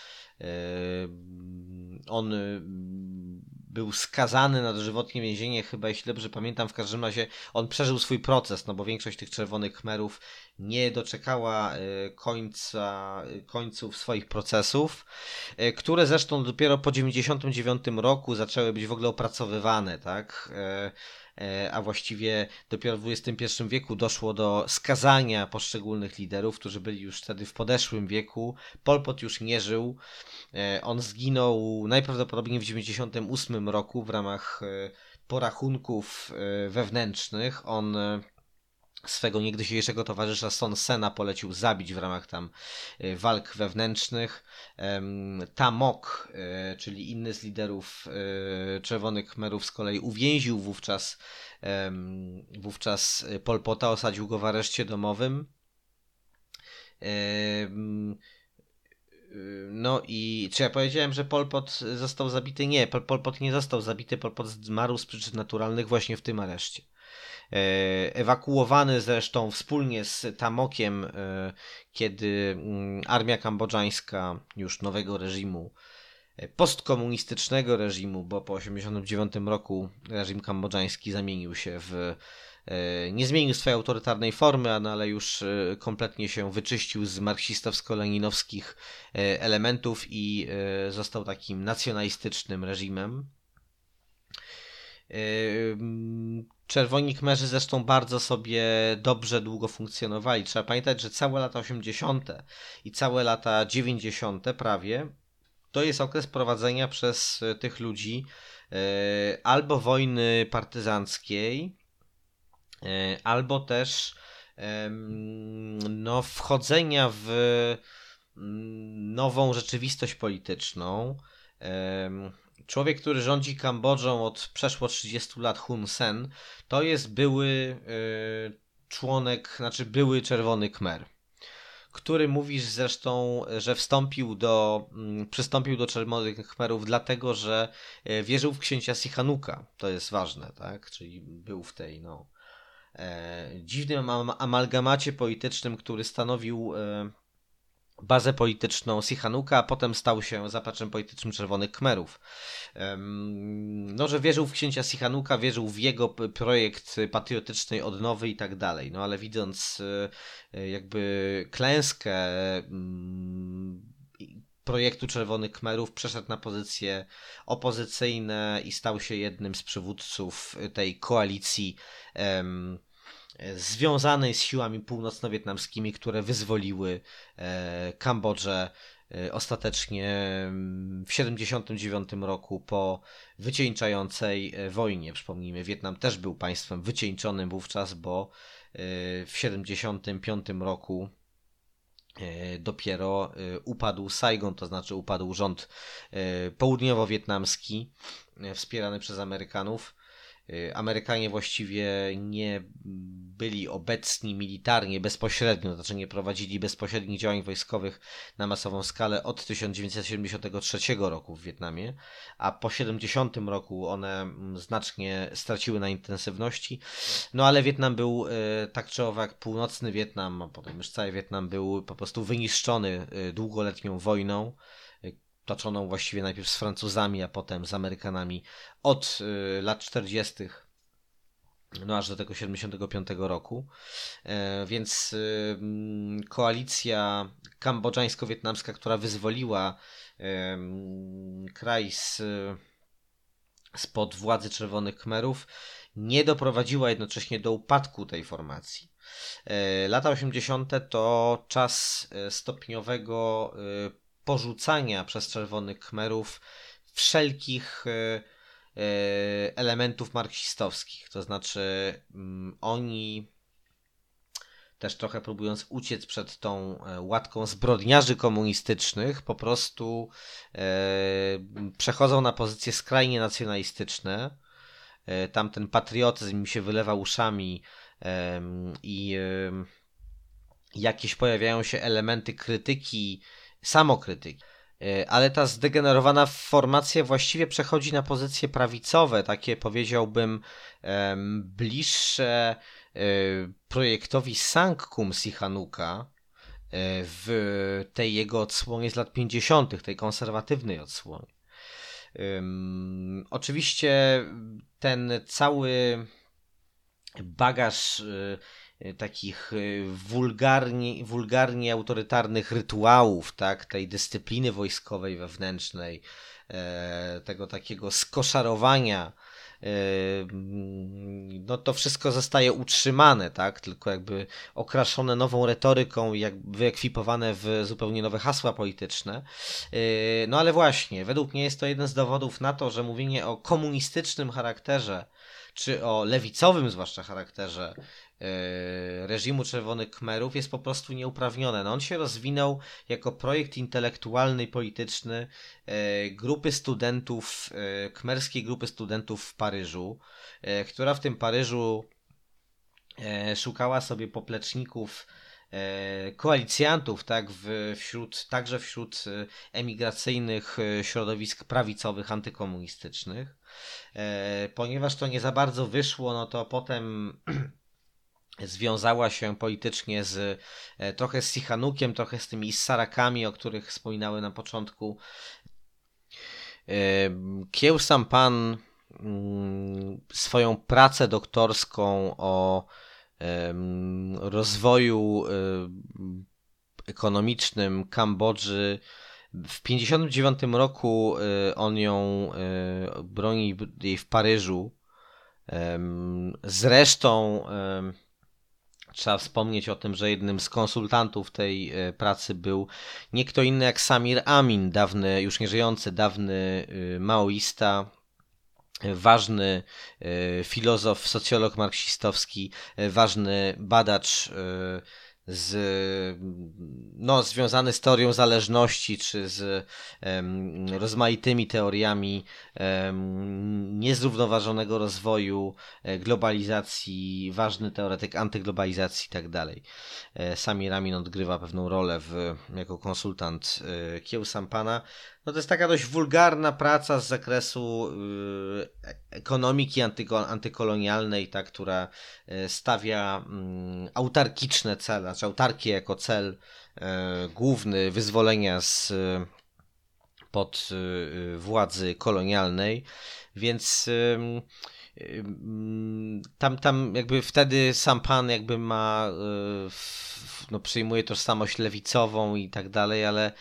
On był skazany na dożywotnie więzienie, chyba jeśli dobrze pamiętam, w każdym razie on przeżył swój proces, no bo większość tych czerwonych Khmerów nie doczekała końców swoich procesów, które zresztą dopiero po 1999 roku zaczęły być w ogóle opracowywane, tak? A właściwie dopiero w XXI wieku doszło do skazania poszczególnych liderów, którzy byli już wtedy w podeszłym wieku. Pol Pot już nie żył. On zginął najprawdopodobniej w 1998 roku w ramach porachunków wewnętrznych. On swego niegdysiejszego towarzysza Son Sena polecił zabić w ramach tam walk wewnętrznych. Ta Mok, czyli inny z liderów czerwonych Khmerów, z kolei uwięził wówczas Pol Pota, osadził go w areszcie domowym. No i czy ja powiedziałem, że Pol Pot został zabity? Nie, Pol Pot nie został zabity, Pol Pot zmarł z przyczyn naturalnych właśnie w tym areszcie. Ewakuowany zresztą wspólnie z Tamokiem, kiedy armia kambodżańska już nowego reżimu, postkomunistycznego reżimu, bo po 1989 roku reżim kambodżański nie zmienił swojej autorytarnej formy, ale już kompletnie się wyczyścił z marksistowsko-leninowskich elementów i został takim nacjonalistycznym reżimem. Czerwoni Khmerzy zresztą bardzo sobie dobrze długo funkcjonowali. Trzeba pamiętać, że całe lata 80. i całe lata 90. prawie to jest okres prowadzenia przez tych ludzi albo wojny partyzanckiej, albo też wchodzenia w nową rzeczywistość polityczną. Człowiek, który rządzi Kambodżą od przeszło 30 lat, Hun Sen, to jest były były czerwony Khmer, który mówisz zresztą, że przystąpił do czerwonych Khmerów dlatego, że wierzył w księcia Sihanouk'a. To jest ważne, tak? Czyli był w tej dziwnym amalgamacie politycznym, który stanowił bazę polityczną Sihanouk'a, a potem stał się zapaczem politycznym czerwonych Khmerów. Że wierzył w księcia Sihanouk'a, wierzył w jego projekt patriotycznej odnowy i tak dalej. No ale widząc jakby klęskę projektu czerwonych Khmerów, przeszedł na pozycje opozycyjne i stał się jednym z przywódców tej koalicji związanej z siłami północno-wietnamskimi, które wyzwoliły Kambodżę ostatecznie w 1979 roku po wycieńczającej wojnie. Przypomnijmy, Wietnam też był państwem wycieńczonym wówczas, bo w 1975 roku dopiero upadł Saigon, to znaczy upadł rząd południowo-wietnamski wspierany przez Amerykanów. Amerykanie właściwie nie byli obecni militarnie bezpośrednio, to znaczy nie prowadzili bezpośrednich działań wojskowych na masową skalę od 1973 roku w Wietnamie, a po 70 roku one znacznie straciły na intensywności. No ale Wietnam był tak czy owak, północny Wietnam, a potem już cały Wietnam był po prostu wyniszczony długoletnią wojną, toczoną właściwie najpierw z Francuzami, a potem z Amerykanami od lat 40. no aż do tego 75 roku. Więc koalicja kambodżańsko-wietnamska, która wyzwoliła kraj spod władzy Czerwonych Khmerów, nie doprowadziła jednocześnie do upadku tej formacji. Lata 80. to czas stopniowego porzucania przez Czerwonych Khmerów wszelkich elementów marksistowskich. To znaczy oni też trochę próbując uciec przed tą łatką zbrodniarzy komunistycznych, po prostu przechodzą na pozycje skrajnie nacjonalistyczne. Tam ten patriotyzm im się wylewa uszami i jakieś pojawiają się elementy krytyki, samokrytyki. Ale ta zdegenerowana formacja właściwie przechodzi na pozycje prawicowe, takie powiedziałbym bliższe projektowi Sangkum Sihanouk'a w tej jego odsłonie z lat 50., tej konserwatywnej odsłonie. Oczywiście ten cały bagaż takich wulgarnie autorytarnych rytuałów, tak, tej dyscypliny wojskowej wewnętrznej, tego takiego skoszarowania, no to wszystko zostaje utrzymane, tak, tylko jakby okraszone nową retoryką i jakby wyekwipowane w zupełnie nowe hasła polityczne. No ale właśnie, według mnie jest to jeden z dowodów na to, że mówienie o komunistycznym charakterze, czy o lewicowym zwłaszcza charakterze reżimu Czerwonych Khmerów jest po prostu nieuprawnione. No on się rozwinął jako projekt intelektualny i polityczny grupy studentów, khmerskiej grupy studentów w Paryżu, która w tym Paryżu szukała sobie popleczników, koalicjantów, tak, także wśród emigracyjnych środowisk prawicowych, antykomunistycznych. Ponieważ to nie za bardzo wyszło, no to potem związała się politycznie trochę z Sihanouk'iem, trochę z tymi Sarakami, o których wspominałem na początku. Khieu Samphan swoją pracę doktorską o rozwoju ekonomicznym Kambodży w 1959 roku on ją broni jej w Paryżu. Zresztą trzeba wspomnieć o tym, że jednym z konsultantów tej pracy był nie kto inny jak Samir Amin, dawny, już nieżyjący, dawny maoista, ważny filozof, socjolog marksistowski, ważny badacz związany z teorią zależności, czy z rozmaitymi teoriami niezrównoważonego rozwoju, globalizacji, ważny teoretyk antyglobalizacji i tak dalej. Samir Amin odgrywa pewną rolę jako konsultant Khieu Samphana. No to jest taka dość wulgarna praca z zakresu ekonomiki antykolonialnej, tak, która stawia autarkiczne cele, znaczy autarkię jako cel główny wyzwolenia spod władzy kolonialnej, więc tam jakby wtedy Samphan jakby ma przyjmuje tożsamość lewicową i tak dalej, ale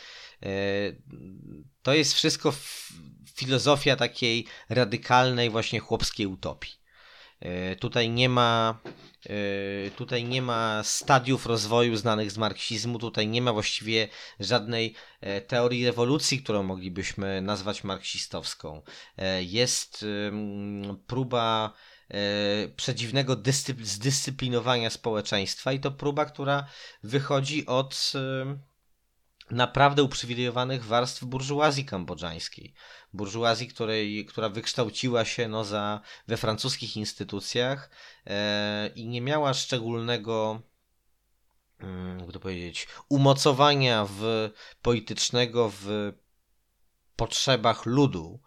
to jest wszystko filozofia takiej radykalnej właśnie chłopskiej utopii. Tutaj nie ma stadiów rozwoju znanych z marksizmu, tutaj nie ma właściwie żadnej teorii rewolucji, którą moglibyśmy nazwać marksistowską. Jest próba przedziwnego zdyscyplinowania społeczeństwa i to próba, która wychodzi od naprawdę uprzywilejowanych warstw burżuazji kambodżańskiej. Burżuazji, która wykształciła się we francuskich instytucjach i nie miała szczególnego, jak to powiedzieć, umocowania politycznego w potrzebach ludu,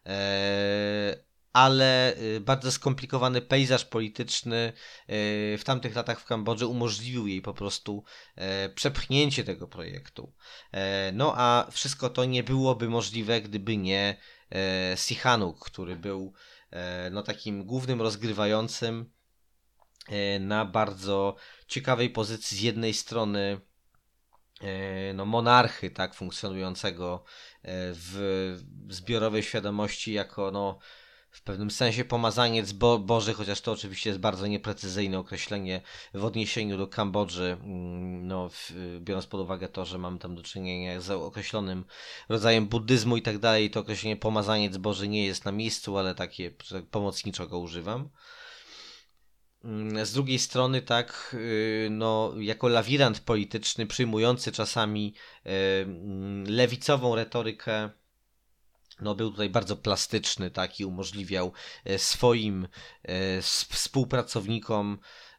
ale bardzo skomplikowany pejzaż polityczny w tamtych latach w Kambodży umożliwił jej po prostu przepchnięcie tego projektu. No a wszystko to nie byłoby możliwe, gdyby nie Sihanouk, który był takim głównym rozgrywającym na bardzo ciekawej pozycji, z jednej strony monarchy, tak, funkcjonującego w zbiorowej świadomości jako w pewnym sensie pomazaniec Boży, chociaż to oczywiście jest bardzo nieprecyzyjne określenie w odniesieniu do Kambodży, biorąc pod uwagę to, że mamy tam do czynienia z określonym rodzajem buddyzmu i tak dalej, to określenie pomazaniec Boży nie jest na miejscu, ale takie pomocniczo go używam. Z drugiej strony tak, jako lawirant polityczny przyjmujący czasami lewicową retorykę, był tutaj bardzo plastyczny, tak, i umożliwiał swoim współpracownikom,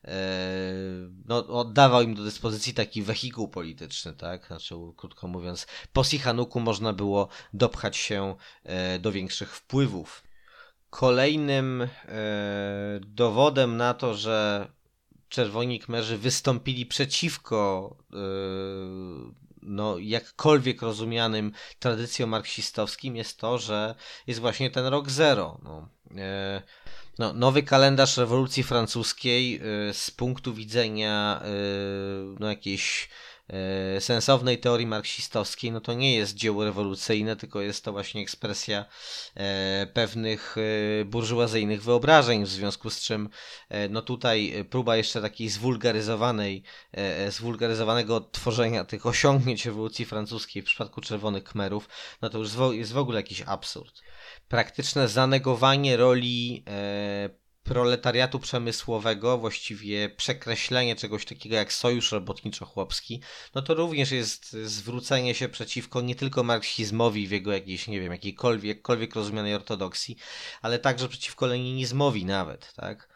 oddawał im do dyspozycji taki wehikuł polityczny, tak, znaczy krótko mówiąc, po Sihanouk'u można było dopchać się do większych wpływów. Kolejnym dowodem na to, że Czerwoni Khmerzy wystąpili przeciwko jakkolwiek rozumianym tradycjom marksistowskim jest to, że jest właśnie ten rok zero. Nowy kalendarz rewolucji francuskiej z punktu widzenia jakiejś sensownej teorii marksistowskiej, to nie jest dzieło rewolucyjne, tylko jest to właśnie ekspresja pewnych burżuazyjnych wyobrażeń, w związku z czym tutaj próba jeszcze takiej zwulgaryzowanego odtworzenia tych osiągnięć rewolucji francuskiej w przypadku Czerwonych Khmerów, to już jest w ogóle jakiś absurd. Praktyczne zanegowanie roli proletariatu przemysłowego, właściwie przekreślenie czegoś takiego jak sojusz robotniczo-chłopski, to również jest zwrócenie się przeciwko nie tylko marksizmowi w jego jakiejś, jakiejkolwiek rozumianej ortodoksji, ale także przeciwko leninizmowi nawet, tak?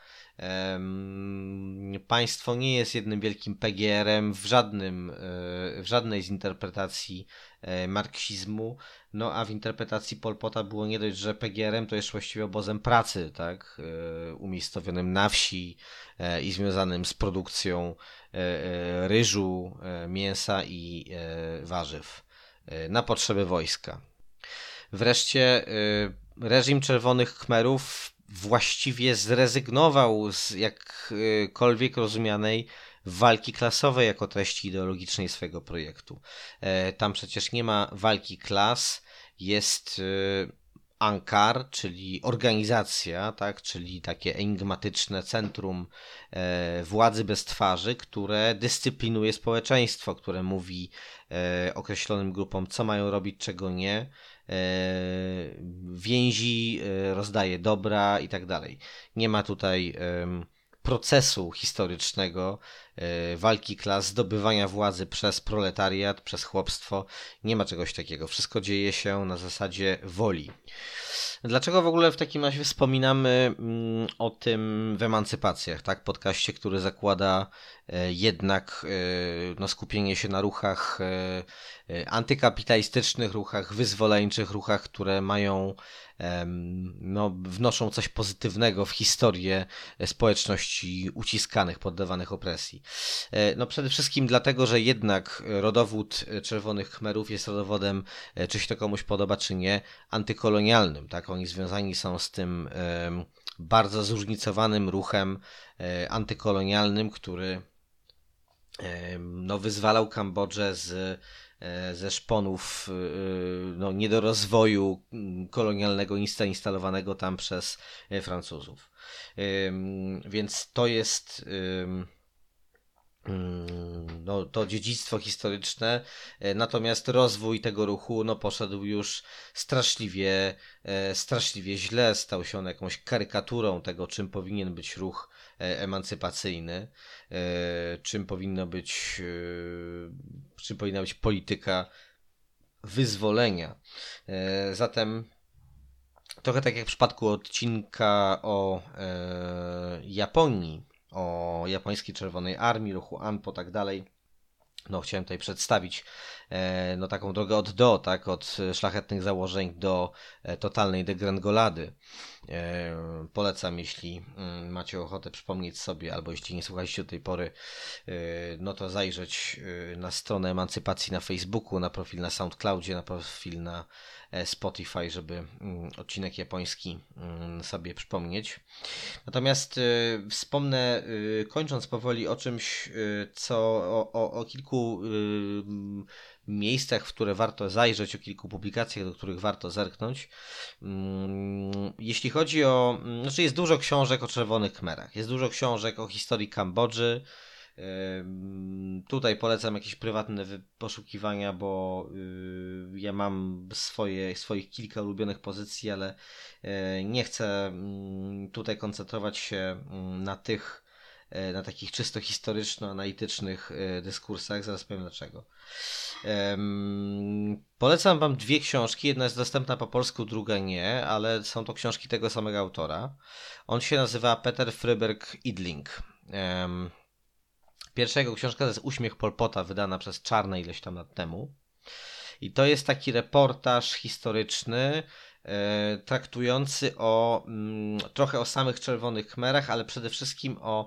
Państwo nie jest jednym wielkim PGR-em w żadnej z interpretacji marksizmu, a w interpretacji Pol Pota było nie dość, że PGR-em to jest właściwie obozem pracy, tak, umiejscowionym na wsi i związanym z produkcją ryżu, mięsa i warzyw na potrzeby wojska. Wreszcie reżim Czerwonych Khmerów właściwie zrezygnował z jakkolwiek rozumianej walki klasowej jako treści ideologicznej swojego projektu. Tam przecież nie ma walki klas, jest Ankar, czyli organizacja, tak, czyli takie enigmatyczne centrum władzy bez twarzy, które dyscyplinuje społeczeństwo, które mówi określonym grupom, co mają robić, czego nie, więzi, rozdaje dobra i tak dalej. Nie ma tutaj procesu historycznego walki klas, zdobywania władzy przez proletariat, przez chłopstwo. Nie ma czegoś takiego. Wszystko dzieje się na zasadzie woli. Dlaczego w ogóle w takim razie wspominamy o tym w Emancypacjach, tak? Podcaście, który zakłada jednak skupienie się na ruchach antykapitalistycznych, ruchach wyzwoleńczych, ruchach, które wnoszą coś pozytywnego w historię społeczności uciskanych, poddawanych opresji. Przede wszystkim dlatego, że jednak rodowód Czerwonych Khmerów jest rodowodem, czy się to komuś podoba, czy nie, antykolonialnym, tak? Oni związani są z tym bardzo zróżnicowanym ruchem antykolonialnym, który wyzwalał Kambodżę ze szponów niedorozwoju kolonialnego instalowanego tam przez Francuzów. Więc to jest no, to dziedzictwo historyczne, natomiast rozwój tego ruchu no, poszedł już straszliwie źle, stał się on jakąś karykaturą tego, czym powinien być ruch emancypacyjny, czym powinna być polityka wyzwolenia. Zatem trochę tak jak w przypadku odcinka o Japonii, o japońskiej Czerwonej Armii, ruchu ANPO, tak dalej. No, chciałem tutaj przedstawić no, taką drogę od do, tak, od szlachetnych założeń do totalnej degrengolady. Polecam, jeśli macie ochotę przypomnieć sobie, albo jeśli nie słuchaliście do tej pory, no to zajrzeć na stronę Emancypacji na Facebooku, na profil na SoundCloudzie, na profil na Spotify, żeby odcinek japoński sobie przypomnieć. Natomiast wspomnę, kończąc powoli, o czymś, o kilku miejscach, w które warto zajrzeć, o kilku publikacjach, do których warto zerknąć. Jeśli chodzi o... Znaczy jest dużo książek o Czerwonych Khmerach, jest dużo książek o historii Kambodży. Tutaj polecam jakieś prywatne poszukiwania, bo ja mam swoich kilka ulubionych pozycji, ale nie chcę tutaj koncentrować się na takich czysto historyczno-analitycznych dyskursach. Zaraz powiem dlaczego. Polecam wam dwie książki. Jedna jest dostępna po polsku, druga nie, ale są to książki tego samego autora. On się nazywa Peter Fryberg Idling. Pierwsza jego książka to jest Uśmiech Pol Pota, wydana przez Czarne ileś tam lat temu. I to jest taki reportaż historyczny, traktujący trochę o samych Czerwonych Khmerach, ale przede wszystkim o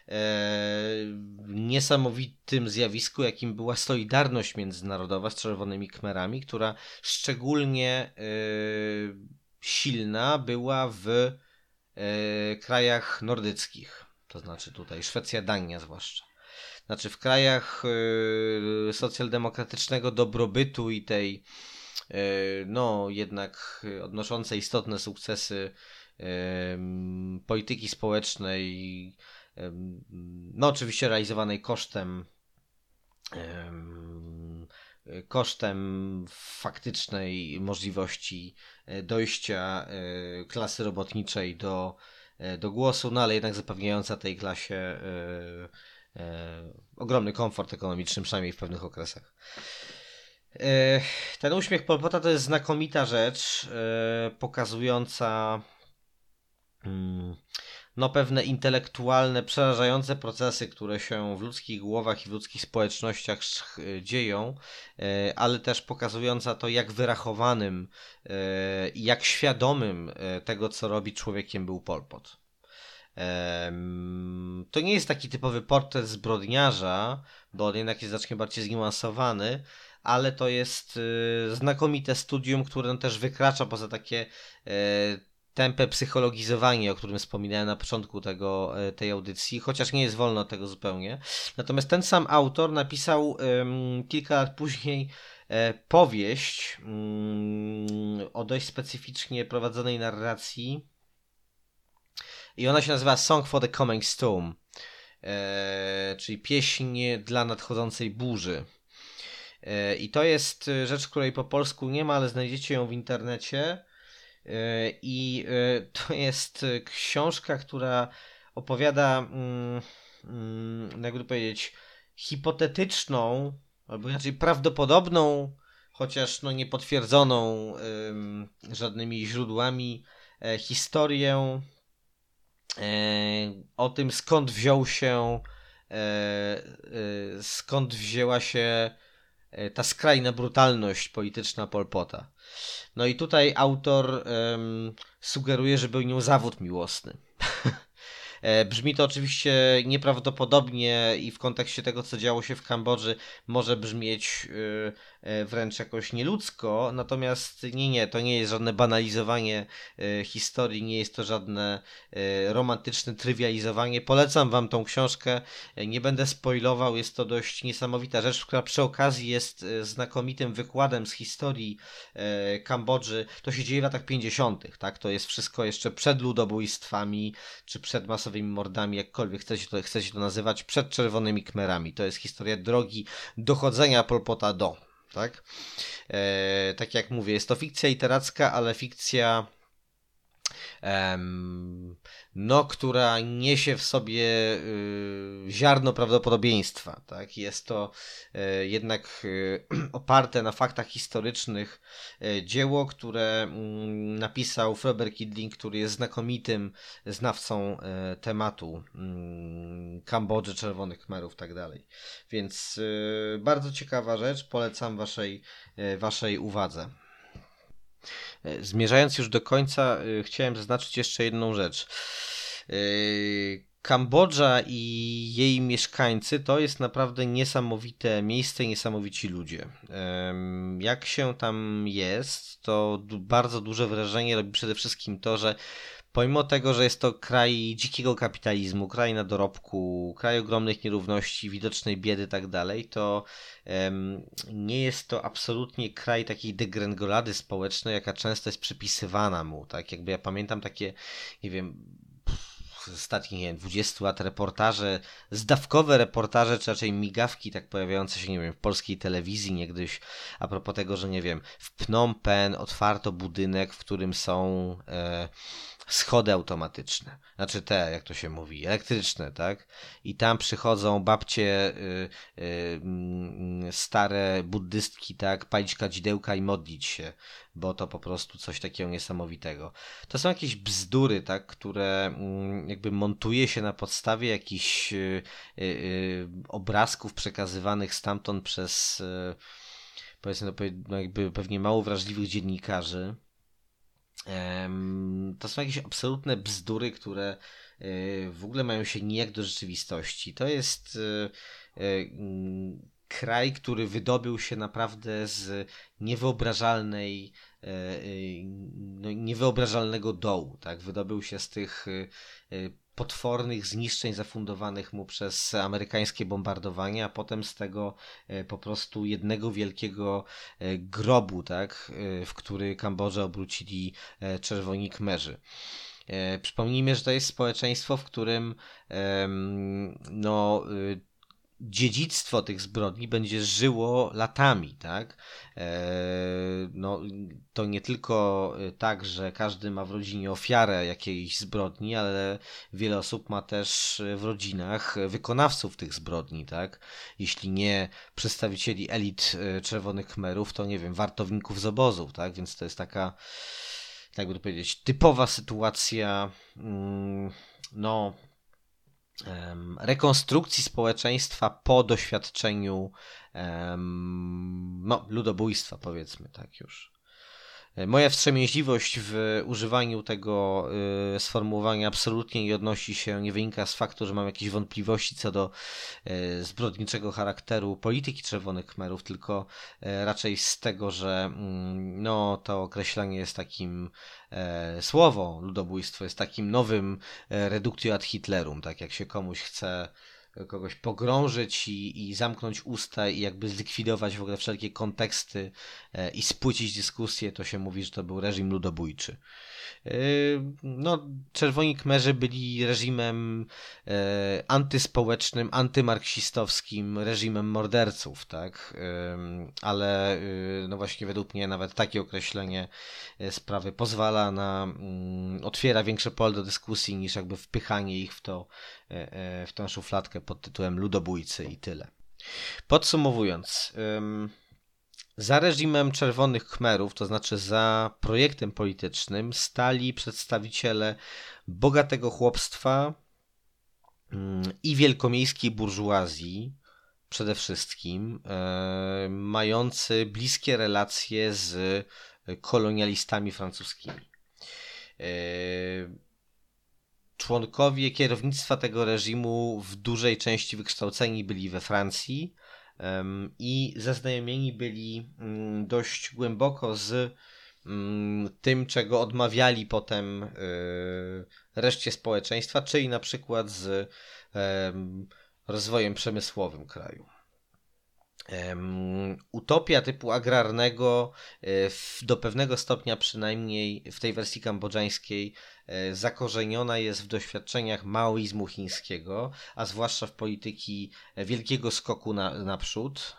niesamowitym zjawisku, jakim była solidarność międzynarodowa z Czerwonymi Khmerami, która szczególnie silna była w krajach nordyckich. To znaczy tutaj Szwecja, Dania zwłaszcza. Znaczy w krajach socjaldemokratycznego dobrobytu i tej no jednak odnoszącej istotne sukcesy polityki społecznej, no oczywiście realizowanej kosztem faktycznej możliwości dojścia klasy robotniczej do głosu, no ale jednak zapewniająca tej klasie ogromny komfort ekonomiczny, przynajmniej w pewnych okresach. Ten Uśmiech Pol Pota to jest znakomita rzecz, pokazująca no pewne intelektualne, przerażające procesy, które się w ludzkich głowach i w ludzkich społecznościach dzieją, ale też pokazująca to, jak wyrachowanym i jak świadomym tego, co robi człowiekiem był Pol Pot. To nie jest taki typowy portret zbrodniarza, bo on jednak jest znacznie bardziej zniuansowany, ale to jest znakomite studium, które też wykracza poza takie tępe psychologizowanie, o którym wspominałem na początku tej audycji, chociaż nie jest wolno od tego zupełnie. Natomiast ten sam autor napisał kilka lat później powieść o dość specyficznie prowadzonej narracji i ona się nazywa Song for the Coming Storm, czyli pieśń dla nadchodzącej burzy. I to jest rzecz, której po polsku nie ma, ale znajdziecie ją w internecie. I to jest książka, która opowiada, jakby to powiedzieć, hipotetyczną, albo inaczej prawdopodobną, chociaż no niepotwierdzoną żadnymi źródłami historię o tym, skąd wzięła się ta skrajna brutalność polityczna Pol Pota. No i tutaj autor sugeruje, że był nią zawód miłosny. Brzmi to oczywiście nieprawdopodobnie i w kontekście tego, co działo się w Kambodży, może brzmieć wręcz jakoś nieludzko, natomiast nie, to nie jest żadne banalizowanie historii, nie jest to żadne romantyczne trywializowanie. Polecam wam tą książkę, nie będę spoilował, jest to dość niesamowita rzecz, która przy okazji jest znakomitym wykładem z historii Kambodży. To się dzieje w latach 50., tak? To jest wszystko jeszcze przed ludobójstwami, czy przed masowymi mordami, jakkolwiek chcecie to nazywać, przed czerwonymi Khmerami. To jest historia drogi dochodzenia Pol Pota do, tak? Tak jak mówię, jest to fikcja literacka, ale fikcja która niesie w sobie ziarno prawdopodobieństwa, tak? Jest to jednak oparte na faktach historycznych dzieło, które napisał Robert Kidling, który jest znakomitym znawcą tematu Kambodży, Czerwonych Khmerów i tak dalej. Więc bardzo ciekawa rzecz, polecam waszej uwadze. Zmierzając już do końca, chciałem zaznaczyć jeszcze jedną rzecz. Kambodża i jej mieszkańcy to jest naprawdę niesamowite miejsce, niesamowici ludzie. Jak się tam jest, to bardzo duże wrażenie robi przede wszystkim to, że pomimo tego, że jest to kraj dzikiego kapitalizmu, kraj na dorobku, kraj ogromnych nierówności, widocznej biedy i tak dalej, to nie jest to absolutnie kraj takiej degrengolady społecznej, jaka często jest przypisywana mu. Tak jakby ja pamiętam takie, nie wiem, z ostatnich 20 lat reportaże, zdawkowe reportaże, czy raczej migawki tak pojawiające się, nie wiem, w polskiej telewizji niegdyś, a propos tego, że nie wiem, w Phnom Penh otwarto budynek, w którym są schody automatyczne, znaczy te, jak to się mówi, elektryczne, tak? I tam przychodzą babcie stare buddystki, tak? Palić kadzidełka i modlić się, bo to po prostu coś takiego niesamowitego. To są jakieś bzdury, tak? Które jakby montuje się na podstawie jakichś obrazków przekazywanych stamtąd przez powiedzmy no jakby pewnie mało wrażliwych dziennikarzy. To są jakieś absolutne bzdury, które w ogóle mają się nijak do rzeczywistości. To jest kraj, który wydobył się naprawdę z niewyobrażalnego dołu, tak? Wydobył się z tych potwornych zniszczeń zafundowanych mu przez amerykańskie bombardowanie, a potem z tego po prostu jednego wielkiego grobu, tak, w który Kambodżę obrócili czerwoni Khmerzy. Przypomnijmy, że to jest społeczeństwo, w którym dziedzictwo tych zbrodni będzie żyło latami, tak? No, to nie tylko tak, że każdy ma w rodzinie ofiarę jakiejś zbrodni, ale wiele osób ma też w rodzinach wykonawców tych zbrodni, tak? Jeśli nie przedstawicieli elit czerwonych Khmerów, to nie wiem, wartowników z obozów, tak? Więc to jest taka, jakby to powiedzieć, typowa sytuacja, rekonstrukcji społeczeństwa po doświadczeniu ludobójstwa, powiedzmy tak już. Moja wstrzemięźliwość w używaniu tego sformułowania absolutnie nie wynika z faktu, że mam jakieś wątpliwości co do zbrodniczego charakteru polityki czerwonych Khmerów, tylko raczej z tego, że to określenie jest takim słowo ludobójstwo jest takim nowym reductio ad Hitlerum, tak jak się komuś chce kogoś pogrążyć i zamknąć usta i jakby zlikwidować w ogóle wszelkie konteksty i spłycić dyskusję, to się mówi, że to był reżim ludobójczy. Czerwoni Khmerzy byli reżimem antyspołecznym, antymarksistowskim, reżimem morderców, tak? Ale właśnie według mnie nawet takie określenie sprawy pozwala otwiera większe pole do dyskusji niż jakby wpychanie ich w tę szufladkę pod tytułem ludobójcy i tyle. Podsumowując, za reżimem czerwonych Khmerów, to znaczy za projektem politycznym, stali przedstawiciele bogatego chłopstwa i wielkomiejskiej burżuazji, przede wszystkim mający bliskie relacje z kolonialistami francuskimi. członkowie kierownictwa tego reżimu w dużej części wykształceni byli we Francji i zaznajomieni byli dość głęboko z tym, czego odmawiali potem reszcie społeczeństwa, czyli na przykład z rozwojem przemysłowym kraju. Utopia typu agrarnego do pewnego stopnia, przynajmniej w tej wersji kambodżańskiej, zakorzeniona jest w doświadczeniach maoizmu chińskiego, a zwłaszcza w polityki wielkiego skoku naprzód,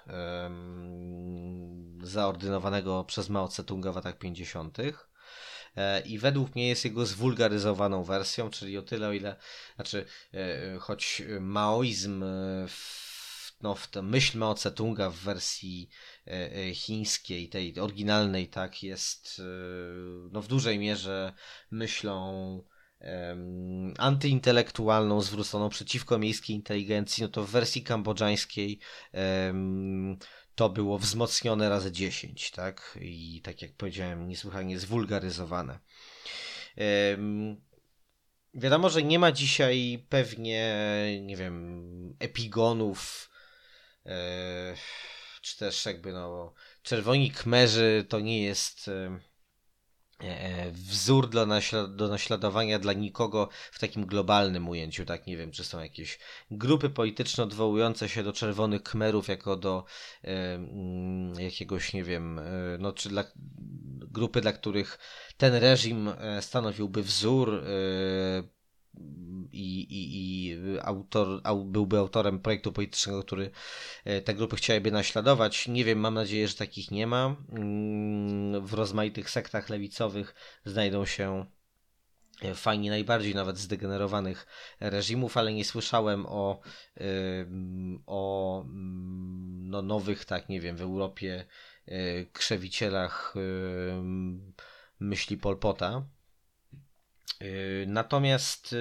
zaordynowanego przez Mao Tse-tunga w latach 50. I według mnie jest jego zwulgaryzowaną wersją, czyli o tyle, o ile, choć maoizm w tę myśl Mao Tse-tunga w wersji chińskiej, tej oryginalnej, tak, jest w dużej mierze myślą antyintelektualną, zwróconą przeciwko miejskiej inteligencji, no to w wersji kambodżańskiej to było wzmocnione razy 10, tak, i tak jak powiedziałem, niesłychanie zwulgaryzowane. Wiadomo, że nie ma dzisiaj pewnie, nie wiem, epigonów, czy też jakby Czerwoni Khmerzy to nie jest wzór do naśladowania dla nikogo w takim globalnym ujęciu, tak, nie wiem, czy są jakieś grupy polityczne odwołujące się do Czerwonych Khmerów jako do jakiegoś, nie wiem, czy grupy, dla których ten reżim stanowiłby wzór i byłby autorem projektu politycznego, który te grupy chciałyby naśladować. Nie wiem, mam nadzieję, że takich nie ma. W rozmaitych sektach lewicowych znajdą się fajnie najbardziej nawet zdegenerowanych reżimów, ale nie słyszałem o nowych, tak, nie wiem, w Europie krzewicielach myśli Pol Pota. Natomiast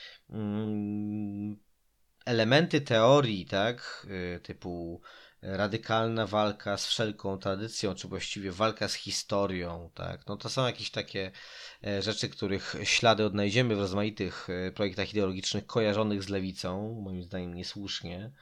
elementy teorii, tak, typu radykalna walka z wszelką tradycją, czy właściwie walka z historią, tak, no to są jakieś takie rzeczy, których ślady odnajdziemy w rozmaitych projektach ideologicznych kojarzonych z lewicą, moim zdaniem niesłusznie.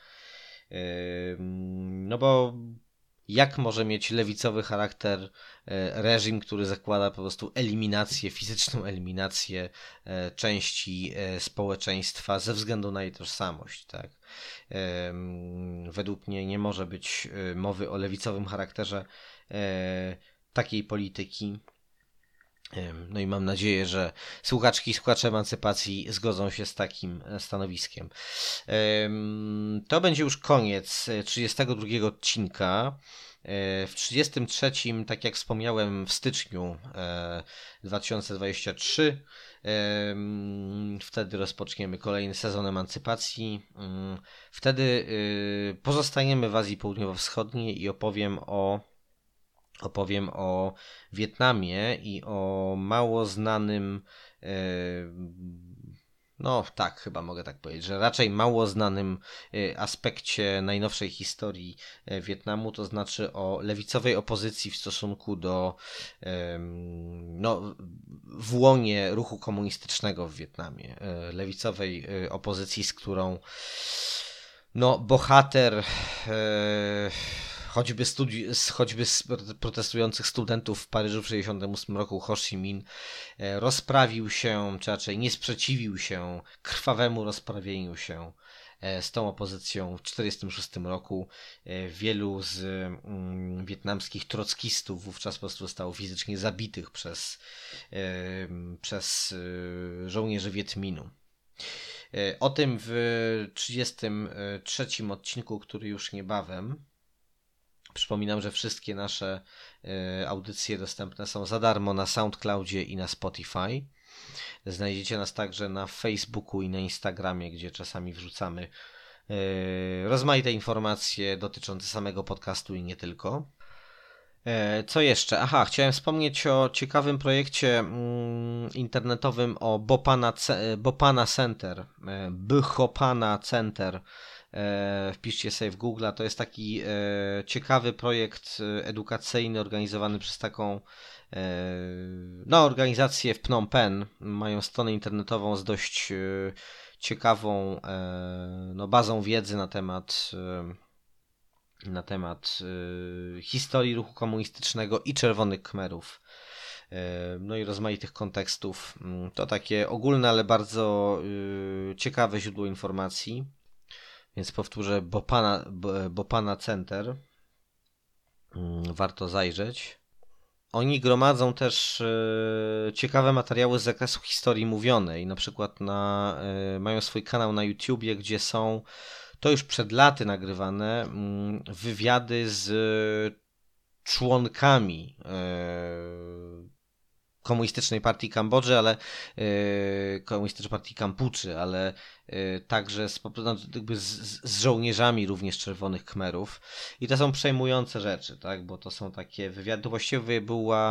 No bo jak może mieć lewicowy charakter reżim, który zakłada po prostu fizyczną eliminację części społeczeństwa ze względu na jej tożsamość, tak? Według mnie nie może być mowy o lewicowym charakterze takiej polityki. No i mam nadzieję, że słuchaczki i słuchacze Emancypacji zgodzą się z takim stanowiskiem. To będzie już koniec 32 odcinka. W 33, tak jak wspomniałem, w styczniu 2023, wtedy rozpoczniemy kolejny sezon Emancypacji. Wtedy pozostaniemy w Azji Południowo-Wschodniej i opowiem o Wietnamie i o mało znanym, no tak, chyba mogę tak powiedzieć, że raczej mało znanym aspekcie najnowszej historii Wietnamu, to znaczy o lewicowej opozycji w stosunku do w łonie ruchu komunistycznego w Wietnamie. Lewicowej opozycji, z którą bohater choćby z protestujących studentów w Paryżu w 1968 roku Ho Chi Minh rozprawił się, czy raczej nie sprzeciwił się krwawemu rozprawieniu się z tą opozycją w 1946 roku. Wielu z wietnamskich trockistów wówczas po prostu zostało fizycznie zabitych przez żołnierzy Wietminu. O tym w 33 odcinku, który już niebawem. Przypominam, że wszystkie nasze audycje dostępne są za darmo na SoundCloudzie i na Spotify. Znajdziecie nas także na Facebooku i na Instagramie, gdzie czasami wrzucamy rozmaite informacje dotyczące samego podcastu i nie tylko. Co jeszcze? Chciałem wspomnieć o ciekawym projekcie internetowym o Bopana Center, Bhopana Center wpiszcie sobie w Google. To jest taki ciekawy projekt edukacyjny organizowany przez taką organizację w Phnom Penh. Mają stronę internetową z dość ciekawą bazą wiedzy na temat historii ruchu komunistycznego i Czerwonych Khmerów. No i rozmaitych kontekstów. To takie ogólne, ale bardzo ciekawe źródło informacji. Więc powtórzę, Bopana Center. Warto zajrzeć. Oni gromadzą też ciekawe materiały z zakresu historii mówionej. Na przykład mają swój kanał na YouTubie, gdzie są, to już przed laty nagrywane, wywiady z członkami Komunistycznej Partii Kambodży, Komunistycznej Partii Kampuczy, ale także z żołnierzami również Czerwonych Khmerów. I to są przejmujące rzeczy, tak? Bo to są takie wywiady. To właściwie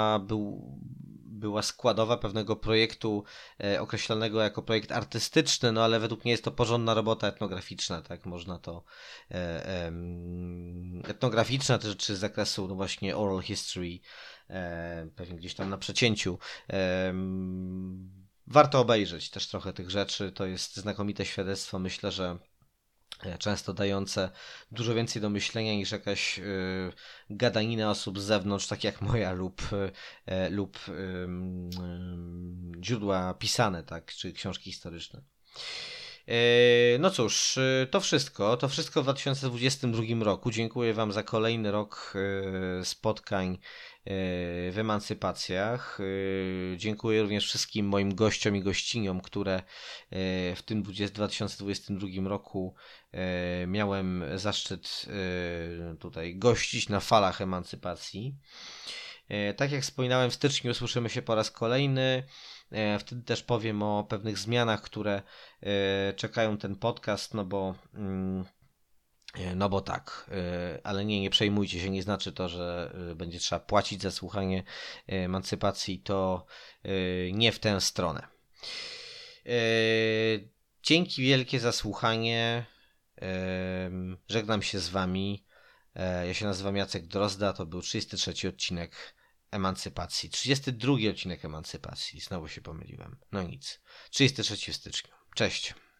była składowa pewnego projektu określonego jako projekt artystyczny, no ale według mnie jest to porządna robota etnograficzna, tak? Można to etnograficzna, te rzeczy z zakresu właśnie oral history, pewnie gdzieś tam na przecięciu. Warto obejrzeć też trochę tych rzeczy. To jest znakomite świadectwo. Myślę, że często dające dużo więcej do myślenia niż jakaś gadanina osób z zewnątrz, tak jak moja lub źródła pisane, tak, czy książki historyczne. No cóż, to wszystko w 2022 roku. Dziękuję Wam za kolejny rok spotkań w emancypacjach. Dziękuję również wszystkim moim gościom i gościniom, które w tym 2022 roku miałem zaszczyt tutaj gościć na falach emancypacji. Tak jak wspominałem, w styczniu słyszymy się po raz kolejny. Wtedy też powiem o pewnych zmianach, które czekają ten podcast, no bo tak, ale nie przejmujcie się, nie znaczy to, że będzie trzeba płacić za słuchanie emancypacji, to nie w tę stronę. Dzięki wielkie za słuchanie, żegnam się z Wami, ja się nazywam Jacek Drozda, to był 33 odcinek emancypacji, 32 odcinek emancypacji, znowu się pomyliłem, no nic, 33 w styczniu, cześć.